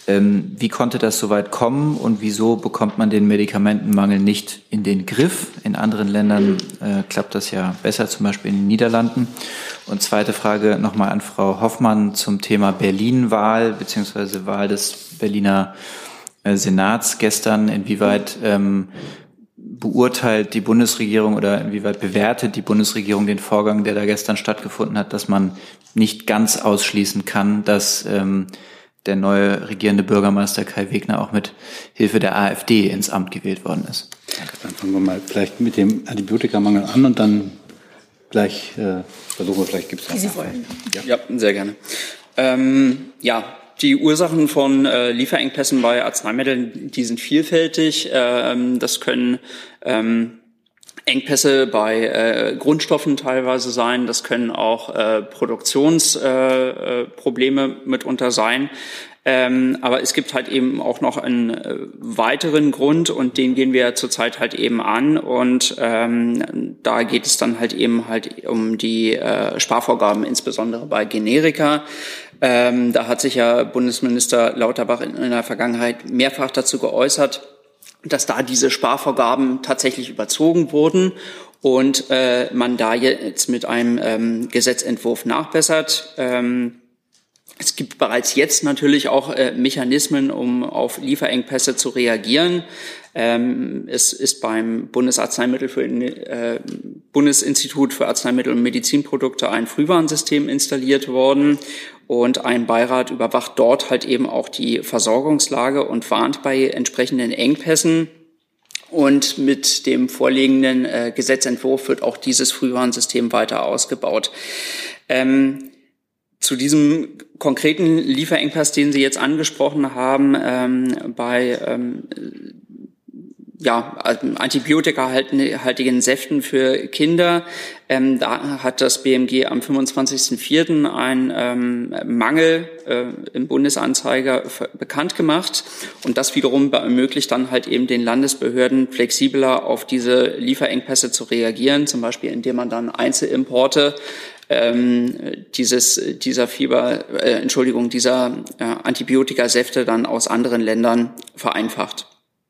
Wie konnte das so weit kommen und wieso bekommt man den Medikamentenmangel nicht in den Griff? In anderen Ländern klappt das ja besser, zum Beispiel in den Niederlanden. Und zweite Frage nochmal an Frau Hoffmann zum Thema Berlin-Wahl beziehungsweise Wahl des Berliner Senats gestern. Inwieweit beurteilt die Bundesregierung oder inwieweit bewertet die Bundesregierung den Vorgang, der da gestern stattgefunden hat, dass man nicht ganz ausschließen kann, dass der neue regierende Bürgermeister Kai Wegner auch mit Hilfe der AfD ins Amt gewählt worden ist? Dann fangen wir mal vielleicht mit dem Antibiotikamangel an und dann gleich versuchen wir, vielleicht gibt es Wie Sie wollen. Ja, sehr gerne. Die Ursachen von Lieferengpässen bei Arzneimitteln, die sind vielfältig. Das können Engpässe bei Grundstoffen teilweise sein. Das können auch Produktionsprobleme mitunter sein. Aber es gibt halt eben auch noch einen weiteren Grund und den gehen wir zurzeit halt eben an und da geht es dann halt eben halt um die Sparvorgaben, insbesondere bei Generika. Da hat sich ja Bundesminister Lauterbach in der Vergangenheit mehrfach dazu geäußert, dass da diese Sparvorgaben tatsächlich überzogen wurden und man da jetzt mit einem Gesetzentwurf nachbessert. Es gibt bereits jetzt natürlich auch Mechanismen, um auf Lieferengpässe zu reagieren. Es ist beim Bundesinstitut für Arzneimittel und Medizinprodukte ein Frühwarnsystem installiert worden und ein Beirat überwacht dort halt eben auch die Versorgungslage und warnt bei entsprechenden Engpässen. Und mit dem vorliegenden Gesetzentwurf wird auch dieses Frühwarnsystem weiter ausgebaut. Zu diesem konkreten Lieferengpass, den Sie jetzt angesprochen haben, bei antibiotikahaltigen Säften für Kinder, da hat das BMG am 25.04. einen Mangel im Bundesanzeiger bekannt gemacht und das wiederum ermöglicht dann halt eben den Landesbehörden flexibler auf diese Lieferengpässe zu reagieren, zum Beispiel indem man dann Einzelimporte dieser Antibiotikasäfte dann aus anderen Ländern vereinfacht.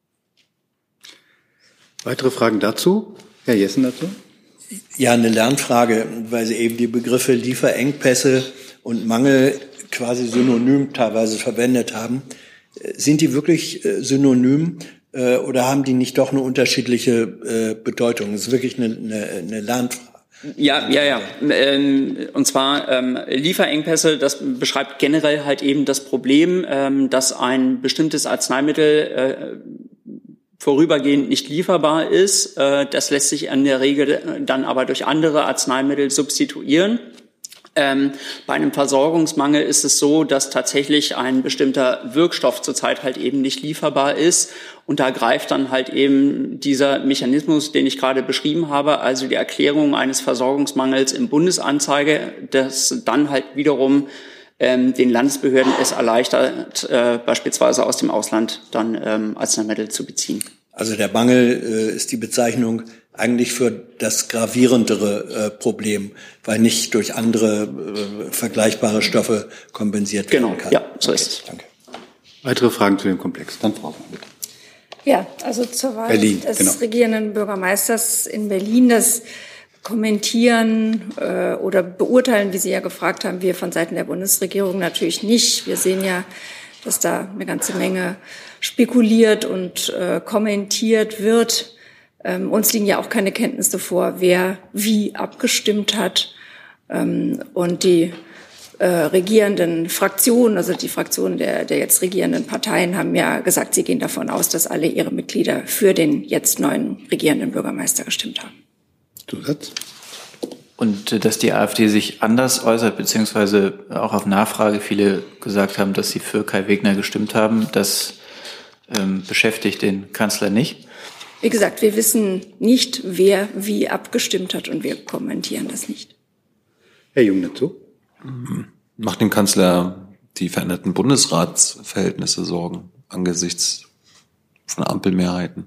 Weitere Fragen dazu? Herr Jessen dazu? Ja, eine Lernfrage, weil Sie eben die Begriffe Lieferengpässe und Mangel quasi synonym teilweise verwendet haben. Sind die wirklich synonym oder haben die nicht doch eine unterschiedliche Bedeutung? Das ist wirklich eine Lernfrage. Ja. Und zwar Lieferengpässe, das beschreibt generell halt eben das Problem, dass ein bestimmtes Arzneimittel vorübergehend nicht lieferbar ist. Das lässt sich in der Regel dann aber durch andere Arzneimittel substituieren. Bei einem Versorgungsmangel ist es so, dass tatsächlich ein bestimmter Wirkstoff zurzeit halt eben nicht lieferbar ist. Und da greift dann halt eben dieser Mechanismus, den ich gerade beschrieben habe, also die Erklärung eines Versorgungsmangels im Bundesanzeiger, das dann halt wiederum den Landesbehörden es erleichtert, beispielsweise aus dem Ausland dann Arzneimittel zu beziehen. Also der Mangel ist die Bezeichnung eigentlich für das gravierendere Problem, weil nicht durch andere vergleichbare Stoffe kompensiert werden kann. Ja, so ist es. Danke. Weitere Fragen zu dem Komplex? Dann Frau Hoffmann, bitte. Ja, also zur Wahl des regierenden Bürgermeisters in Berlin, das kommentieren oder beurteilen, wie Sie ja gefragt haben, wir von Seiten der Bundesregierung natürlich nicht. Wir sehen ja, dass da eine ganze Menge spekuliert und kommentiert wird. Uns liegen ja auch keine Kenntnisse vor, wer wie abgestimmt hat. Und die regierenden Fraktionen, also die Fraktionen der jetzt regierenden Parteien, haben ja gesagt, sie gehen davon aus, dass alle ihre Mitglieder für den jetzt neuen regierenden Bürgermeister gestimmt haben. Zusatz? Und dass die AfD sich anders äußert, beziehungsweise auch auf Nachfrage viele gesagt haben, dass sie für Kai Wegner gestimmt haben, das beschäftigt den Kanzler nicht. Wie gesagt, wir wissen nicht, wer wie abgestimmt hat und wir kommentieren das nicht. Herr Jung dazu? Macht dem Kanzler die veränderten Bundesratsverhältnisse Sorgen angesichts von Ampelmehrheiten?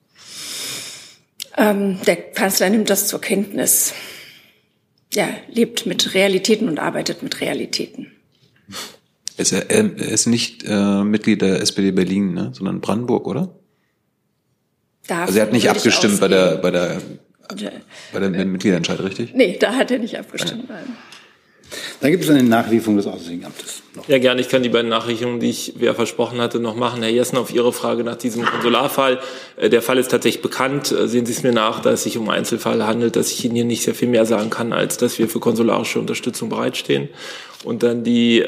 Der Kanzler nimmt das zur Kenntnis. Er lebt mit Realitäten und arbeitet mit Realitäten. Er ist nicht Mitglied der SPD Berlin, ne, sondern Brandenburg, oder? Also er hat nicht abgestimmt bei der Mitgliederentscheid, richtig? Nee, da hat er nicht abgestimmt. Nein. Dann gibt es eine Nachlieferung des Auswärtigen Amtes. Ja, gerne. Ich kann die beiden Nachrichtungen, die ich wer versprochen hatte, noch machen. Herr Jessen, auf Ihre Frage nach diesem Konsularfall. Der Fall ist tatsächlich bekannt. Sehen Sie es mir nach, da es sich um Einzelfälle handelt, dass ich Ihnen hier nicht sehr viel mehr sagen kann, als dass wir für konsularische Unterstützung bereitstehen. Und dann die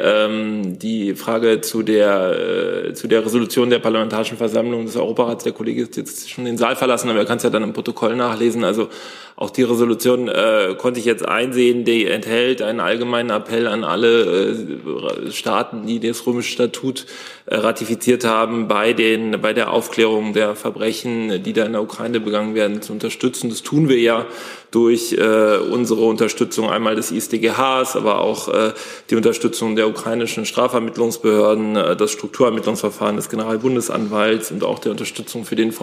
Frage zu der Resolution der Parlamentarischen Versammlung des Europarats. Der Kollege ist jetzt schon den Saal verlassen, aber er kann es ja dann im Protokoll nachlesen. Also auch die Resolution konnte ich jetzt einsehen, die enthält einen allgemeinen Appell an alle Staaten, die das Römische Statut ratifiziert haben, bei der Aufklärung der Verbrechen, die da in der Ukraine begangen werden, zu unterstützen. Das tun wir ja durch unsere Unterstützung einmal des IStGHs, aber auch die Unterstützung der ukrainischen Strafvermittlungsbehörden, das Strukturermittlungsverfahren des Generalbundesanwalts und auch der Unterstützung für den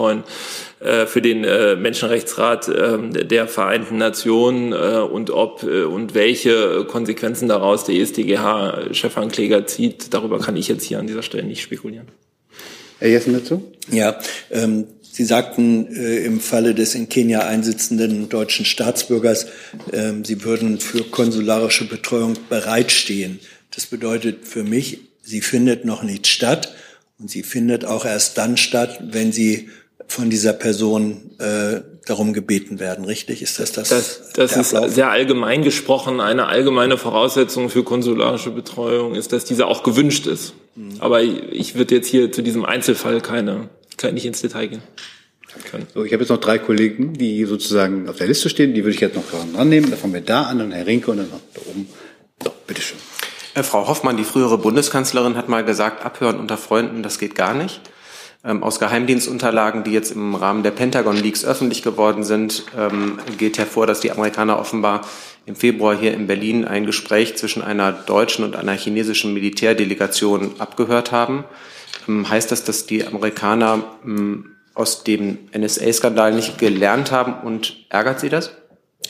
Menschenrechtsrat der Vereinten Nationen und ob und welche Konsequenzen daraus der IStGH-Chefankläger zieht. Darüber kann ich jetzt hier an dieser Stelle nicht spekulieren. Herr Jessen dazu? Ja, Sie sagten im Falle des in Kenia einsitzenden deutschen Staatsbürgers, Sie würden für konsularische Betreuung bereitstehen. Das bedeutet für mich, sie findet noch nicht statt und sie findet auch erst dann statt, wenn Sie von dieser Person darum gebeten werden, richtig? Ist das Das ist sehr allgemein gesprochen. Eine allgemeine Voraussetzung für konsularische Betreuung ist, dass diese auch gewünscht ist. Aber ich würde jetzt hier zu diesem Einzelfall nicht ins Detail gehen. So, ich habe jetzt noch 3 Kollegen, die sozusagen auf der Liste stehen. Die würde ich jetzt noch dran nehmen. Da fangen wir da an und Herr Rinke und dann noch da oben. So, bitteschön. Frau Hoffmann, die frühere Bundeskanzlerin, hat mal gesagt, abhören unter Freunden, das geht gar nicht. Aus Geheimdienstunterlagen, die jetzt im Rahmen der Pentagon-Leaks öffentlich geworden sind, geht hervor, dass die Amerikaner offenbar im Februar hier in Berlin ein Gespräch zwischen einer deutschen und einer chinesischen Militärdelegation abgehört haben. Heißt das, dass die Amerikaner aus dem NSA-Skandal nicht gelernt haben und ärgert Sie das?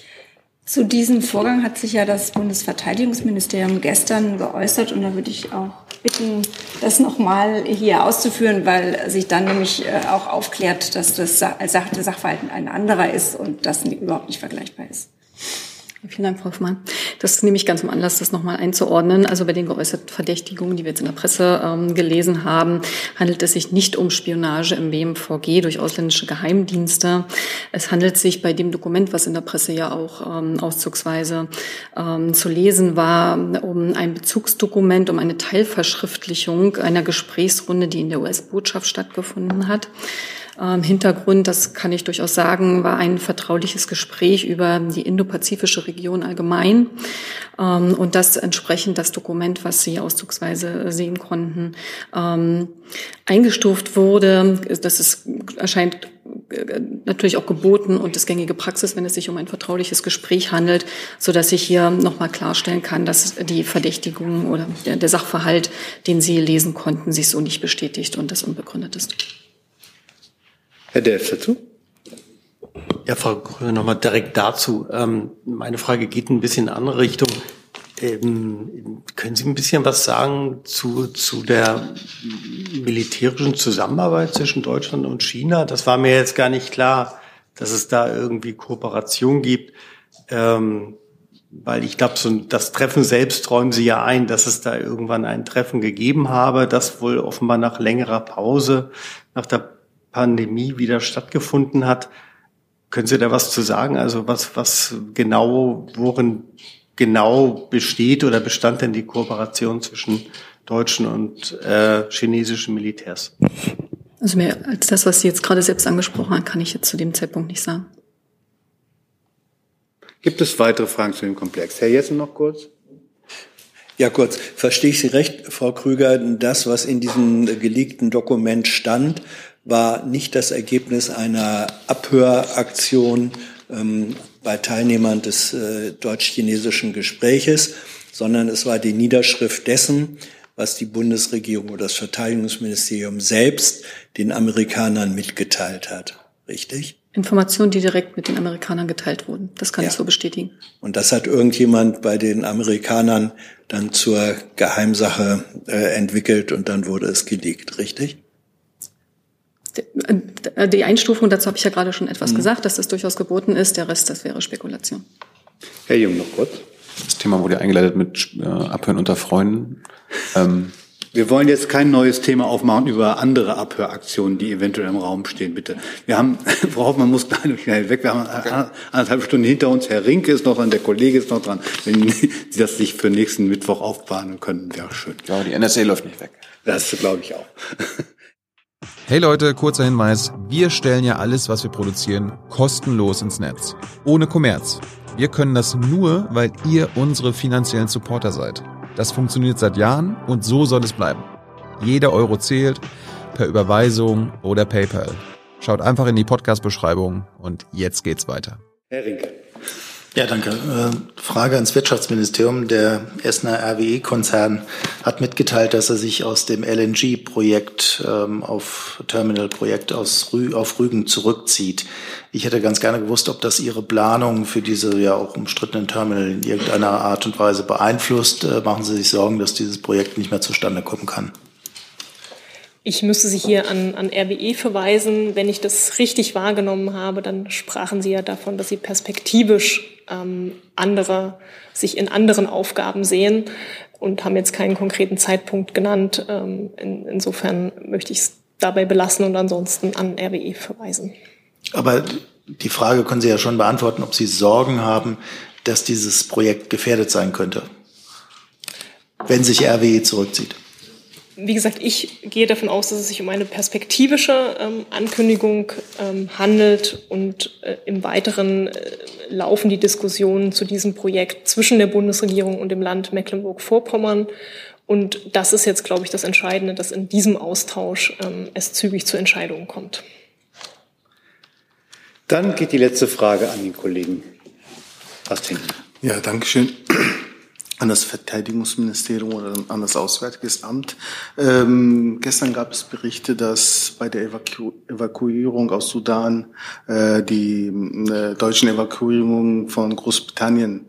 Zu diesem Vorgang hat sich ja das Bundesverteidigungsministerium gestern geäußert und da würde ich auch bitten, das nochmal hier auszuführen, weil sich dann nämlich auch aufklärt, dass das der Sachverhalt ein anderer ist und das überhaupt nicht vergleichbar ist. Vielen Dank, Frau Hoffmann. Das nehme ich ganz zum Anlass, das nochmal einzuordnen. Also bei den geäußerten Verdächtigungen, die wir jetzt in der Presse gelesen haben, handelt es sich nicht um Spionage im BMVG durch ausländische Geheimdienste. Es handelt sich bei dem Dokument, was in der Presse ja auch auszugsweise zu lesen war, um ein Bezugsdokument, um eine Teilverschriftlichung einer Gesprächsrunde, die in der US-Botschaft stattgefunden hat. Hintergrund, das kann ich durchaus sagen, war ein vertrauliches Gespräch über die indopazifische Region allgemein und das entsprechend das Dokument, was Sie auszugsweise sehen konnten, eingestuft wurde. Erscheint natürlich auch geboten und ist gängige Praxis, wenn es sich um ein vertrauliches Gespräch handelt, so dass ich hier nochmal klarstellen kann, dass die Verdächtigung oder der Sachverhalt, den Sie lesen konnten, sich so nicht bestätigt und das unbegründet ist. Herr Delf dazu? Ja, Frau Gröhe, nochmal direkt dazu. Meine Frage geht ein bisschen in eine andere Richtung. Können Sie ein bisschen was sagen zu der militärischen Zusammenarbeit zwischen Deutschland und China? Das war mir jetzt gar nicht klar, dass es da irgendwie Kooperation gibt. Weil ich glaube, das Treffen selbst räumen Sie ja ein, dass es da irgendwann ein Treffen gegeben habe, das wohl offenbar nach längerer Pause, nach der Pandemie wieder stattgefunden hat. Können Sie da was zu sagen? Also worin genau besteht oder bestand denn die Kooperation zwischen deutschen und chinesischen Militärs? Also mehr als das, was Sie jetzt gerade selbst angesprochen haben, kann ich jetzt zu dem Zeitpunkt nicht sagen. Gibt es weitere Fragen zu dem Komplex? Herr Jessen noch kurz? Ja, kurz. Verstehe ich Sie recht, Frau Krüger? Das, was in diesem geleakten Dokument stand, war nicht das Ergebnis einer Abhöraktion bei Teilnehmern des deutsch-chinesischen Gespräches, sondern es war die Niederschrift dessen, was die Bundesregierung oder das Verteidigungsministerium selbst den Amerikanern mitgeteilt hat. Richtig? Informationen, die direkt mit den Amerikanern geteilt wurden. Das kann ich so bestätigen. Und das hat irgendjemand bei den Amerikanern dann zur Geheimsache entwickelt und dann wurde es geleakt, richtig? Die Einstufung, dazu habe ich ja gerade schon etwas gesagt, dass das durchaus geboten ist. Der Rest, das wäre Spekulation. Herr Jung, noch kurz. Das Thema wurde eingeleitet mit Abhören unter Freunden. Wir wollen jetzt kein neues Thema aufmachen über andere Abhöraktionen, die eventuell im Raum stehen, bitte. Wir haben, Frau Hoffmann muss schnell weg, wir haben 1,5 Stunden hinter uns, Herr Rinke ist noch dran, der Kollege ist noch dran. Wenn Sie das sich für nächsten Mittwoch aufplanen können, wäre schön. Ja, die NSA läuft nicht weg. Das glaube ich auch. Hey Leute, kurzer Hinweis. Wir stellen ja alles, was wir produzieren, kostenlos ins Netz. Ohne Kommerz. Wir können das nur, weil ihr unsere finanziellen Supporter seid. Das funktioniert seit Jahren und so soll es bleiben. Jeder Euro zählt, per Überweisung oder PayPal. Schaut einfach in die Podcast-Beschreibung und jetzt geht's weiter. Herr Rinke. Ja, danke. Frage ans Wirtschaftsministerium. Der Essener RWE-Konzern hat mitgeteilt, dass er sich aus dem LNG-Projekt Terminal-Projekt auf Rügen zurückzieht. Ich hätte ganz gerne gewusst, ob das Ihre Planung für diese ja auch umstrittenen Terminal in irgendeiner Art und Weise beeinflusst. Machen Sie sich Sorgen, dass dieses Projekt nicht mehr zustande kommen kann? Ich müsste Sie hier an RWE verweisen. Wenn ich das richtig wahrgenommen habe, dann sprachen Sie ja davon, dass Sie perspektivisch sich in anderen Aufgaben sehen und haben jetzt keinen konkreten Zeitpunkt genannt. Insofern möchte ich es dabei belassen und ansonsten an RWE verweisen. Aber die Frage können Sie ja schon beantworten, ob Sie Sorgen haben, dass dieses Projekt gefährdet sein könnte, wenn sich RWE zurückzieht. Wie gesagt, ich gehe davon aus, dass es sich um eine perspektivische Ankündigung handelt und im Weiteren laufen die Diskussionen zu diesem Projekt zwischen der Bundesregierung und dem Land Mecklenburg-Vorpommern. Und das ist jetzt, glaube ich, das Entscheidende, dass in diesem Austausch es zügig zu Entscheidungen kommt. Dann geht die letzte Frage an den Kollegen Rastin. Ja, danke schön. An das Verteidigungsministerium oder an das Auswärtige Amt. Gestern gab es Berichte, dass bei der Evakuierung aus Sudan die deutschen Evakuierungen von Großbritannien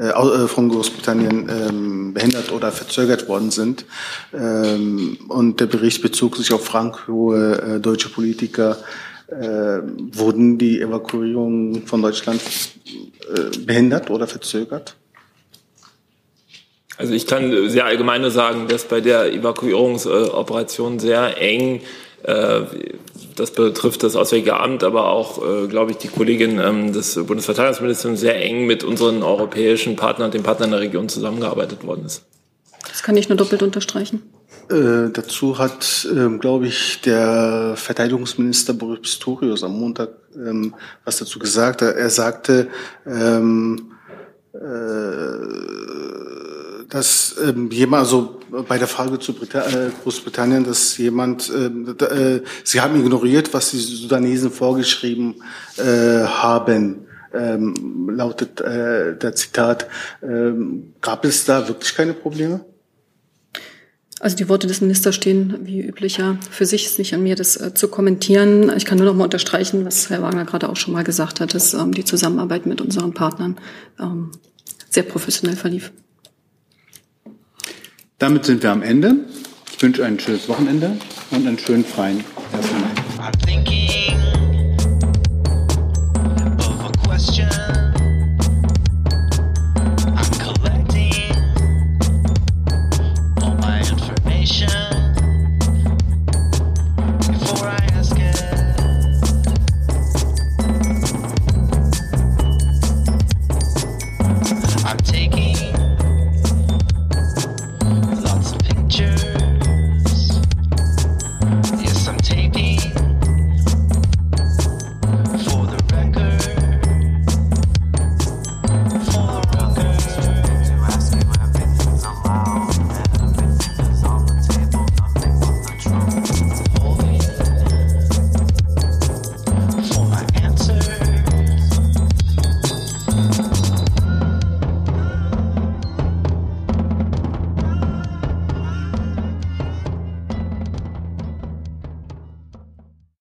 behindert oder verzögert worden sind. Und der Bericht bezog sich auf ranghohe deutsche Politiker. Wurden die Evakuierungen von Deutschland behindert oder verzögert? Also ich kann sehr allgemein nur sagen, dass bei der Evakuierungsoperation sehr eng, das betrifft das Auswärtige Amt, aber auch, glaube ich, die Kollegin des Bundesverteidigungsministeriums sehr eng mit unseren europäischen Partnern und den Partnern der Region zusammengearbeitet worden ist. Das kann ich nur doppelt unterstreichen. Dazu hat, glaube ich, der Verteidigungsminister Boris Pistorius am Montag was dazu gesagt. Er sagte, dass jemand, also bei der Frage zu Großbritannien, dass jemand, sie haben ignoriert, was die Sudanesen vorgeschrieben haben, lautet der Zitat. Gab es da wirklich keine Probleme? Also die Worte des Ministers stehen wie üblicher für sich. Ist nicht an mir, das zu kommentieren. Ich kann nur noch mal unterstreichen, was Herr Wagner gerade auch schon mal gesagt hat, dass die Zusammenarbeit mit unseren Partnern sehr professionell verlief. Damit sind wir am Ende. Ich wünsche ein schönes Wochenende und einen schönen freien 1. Mai.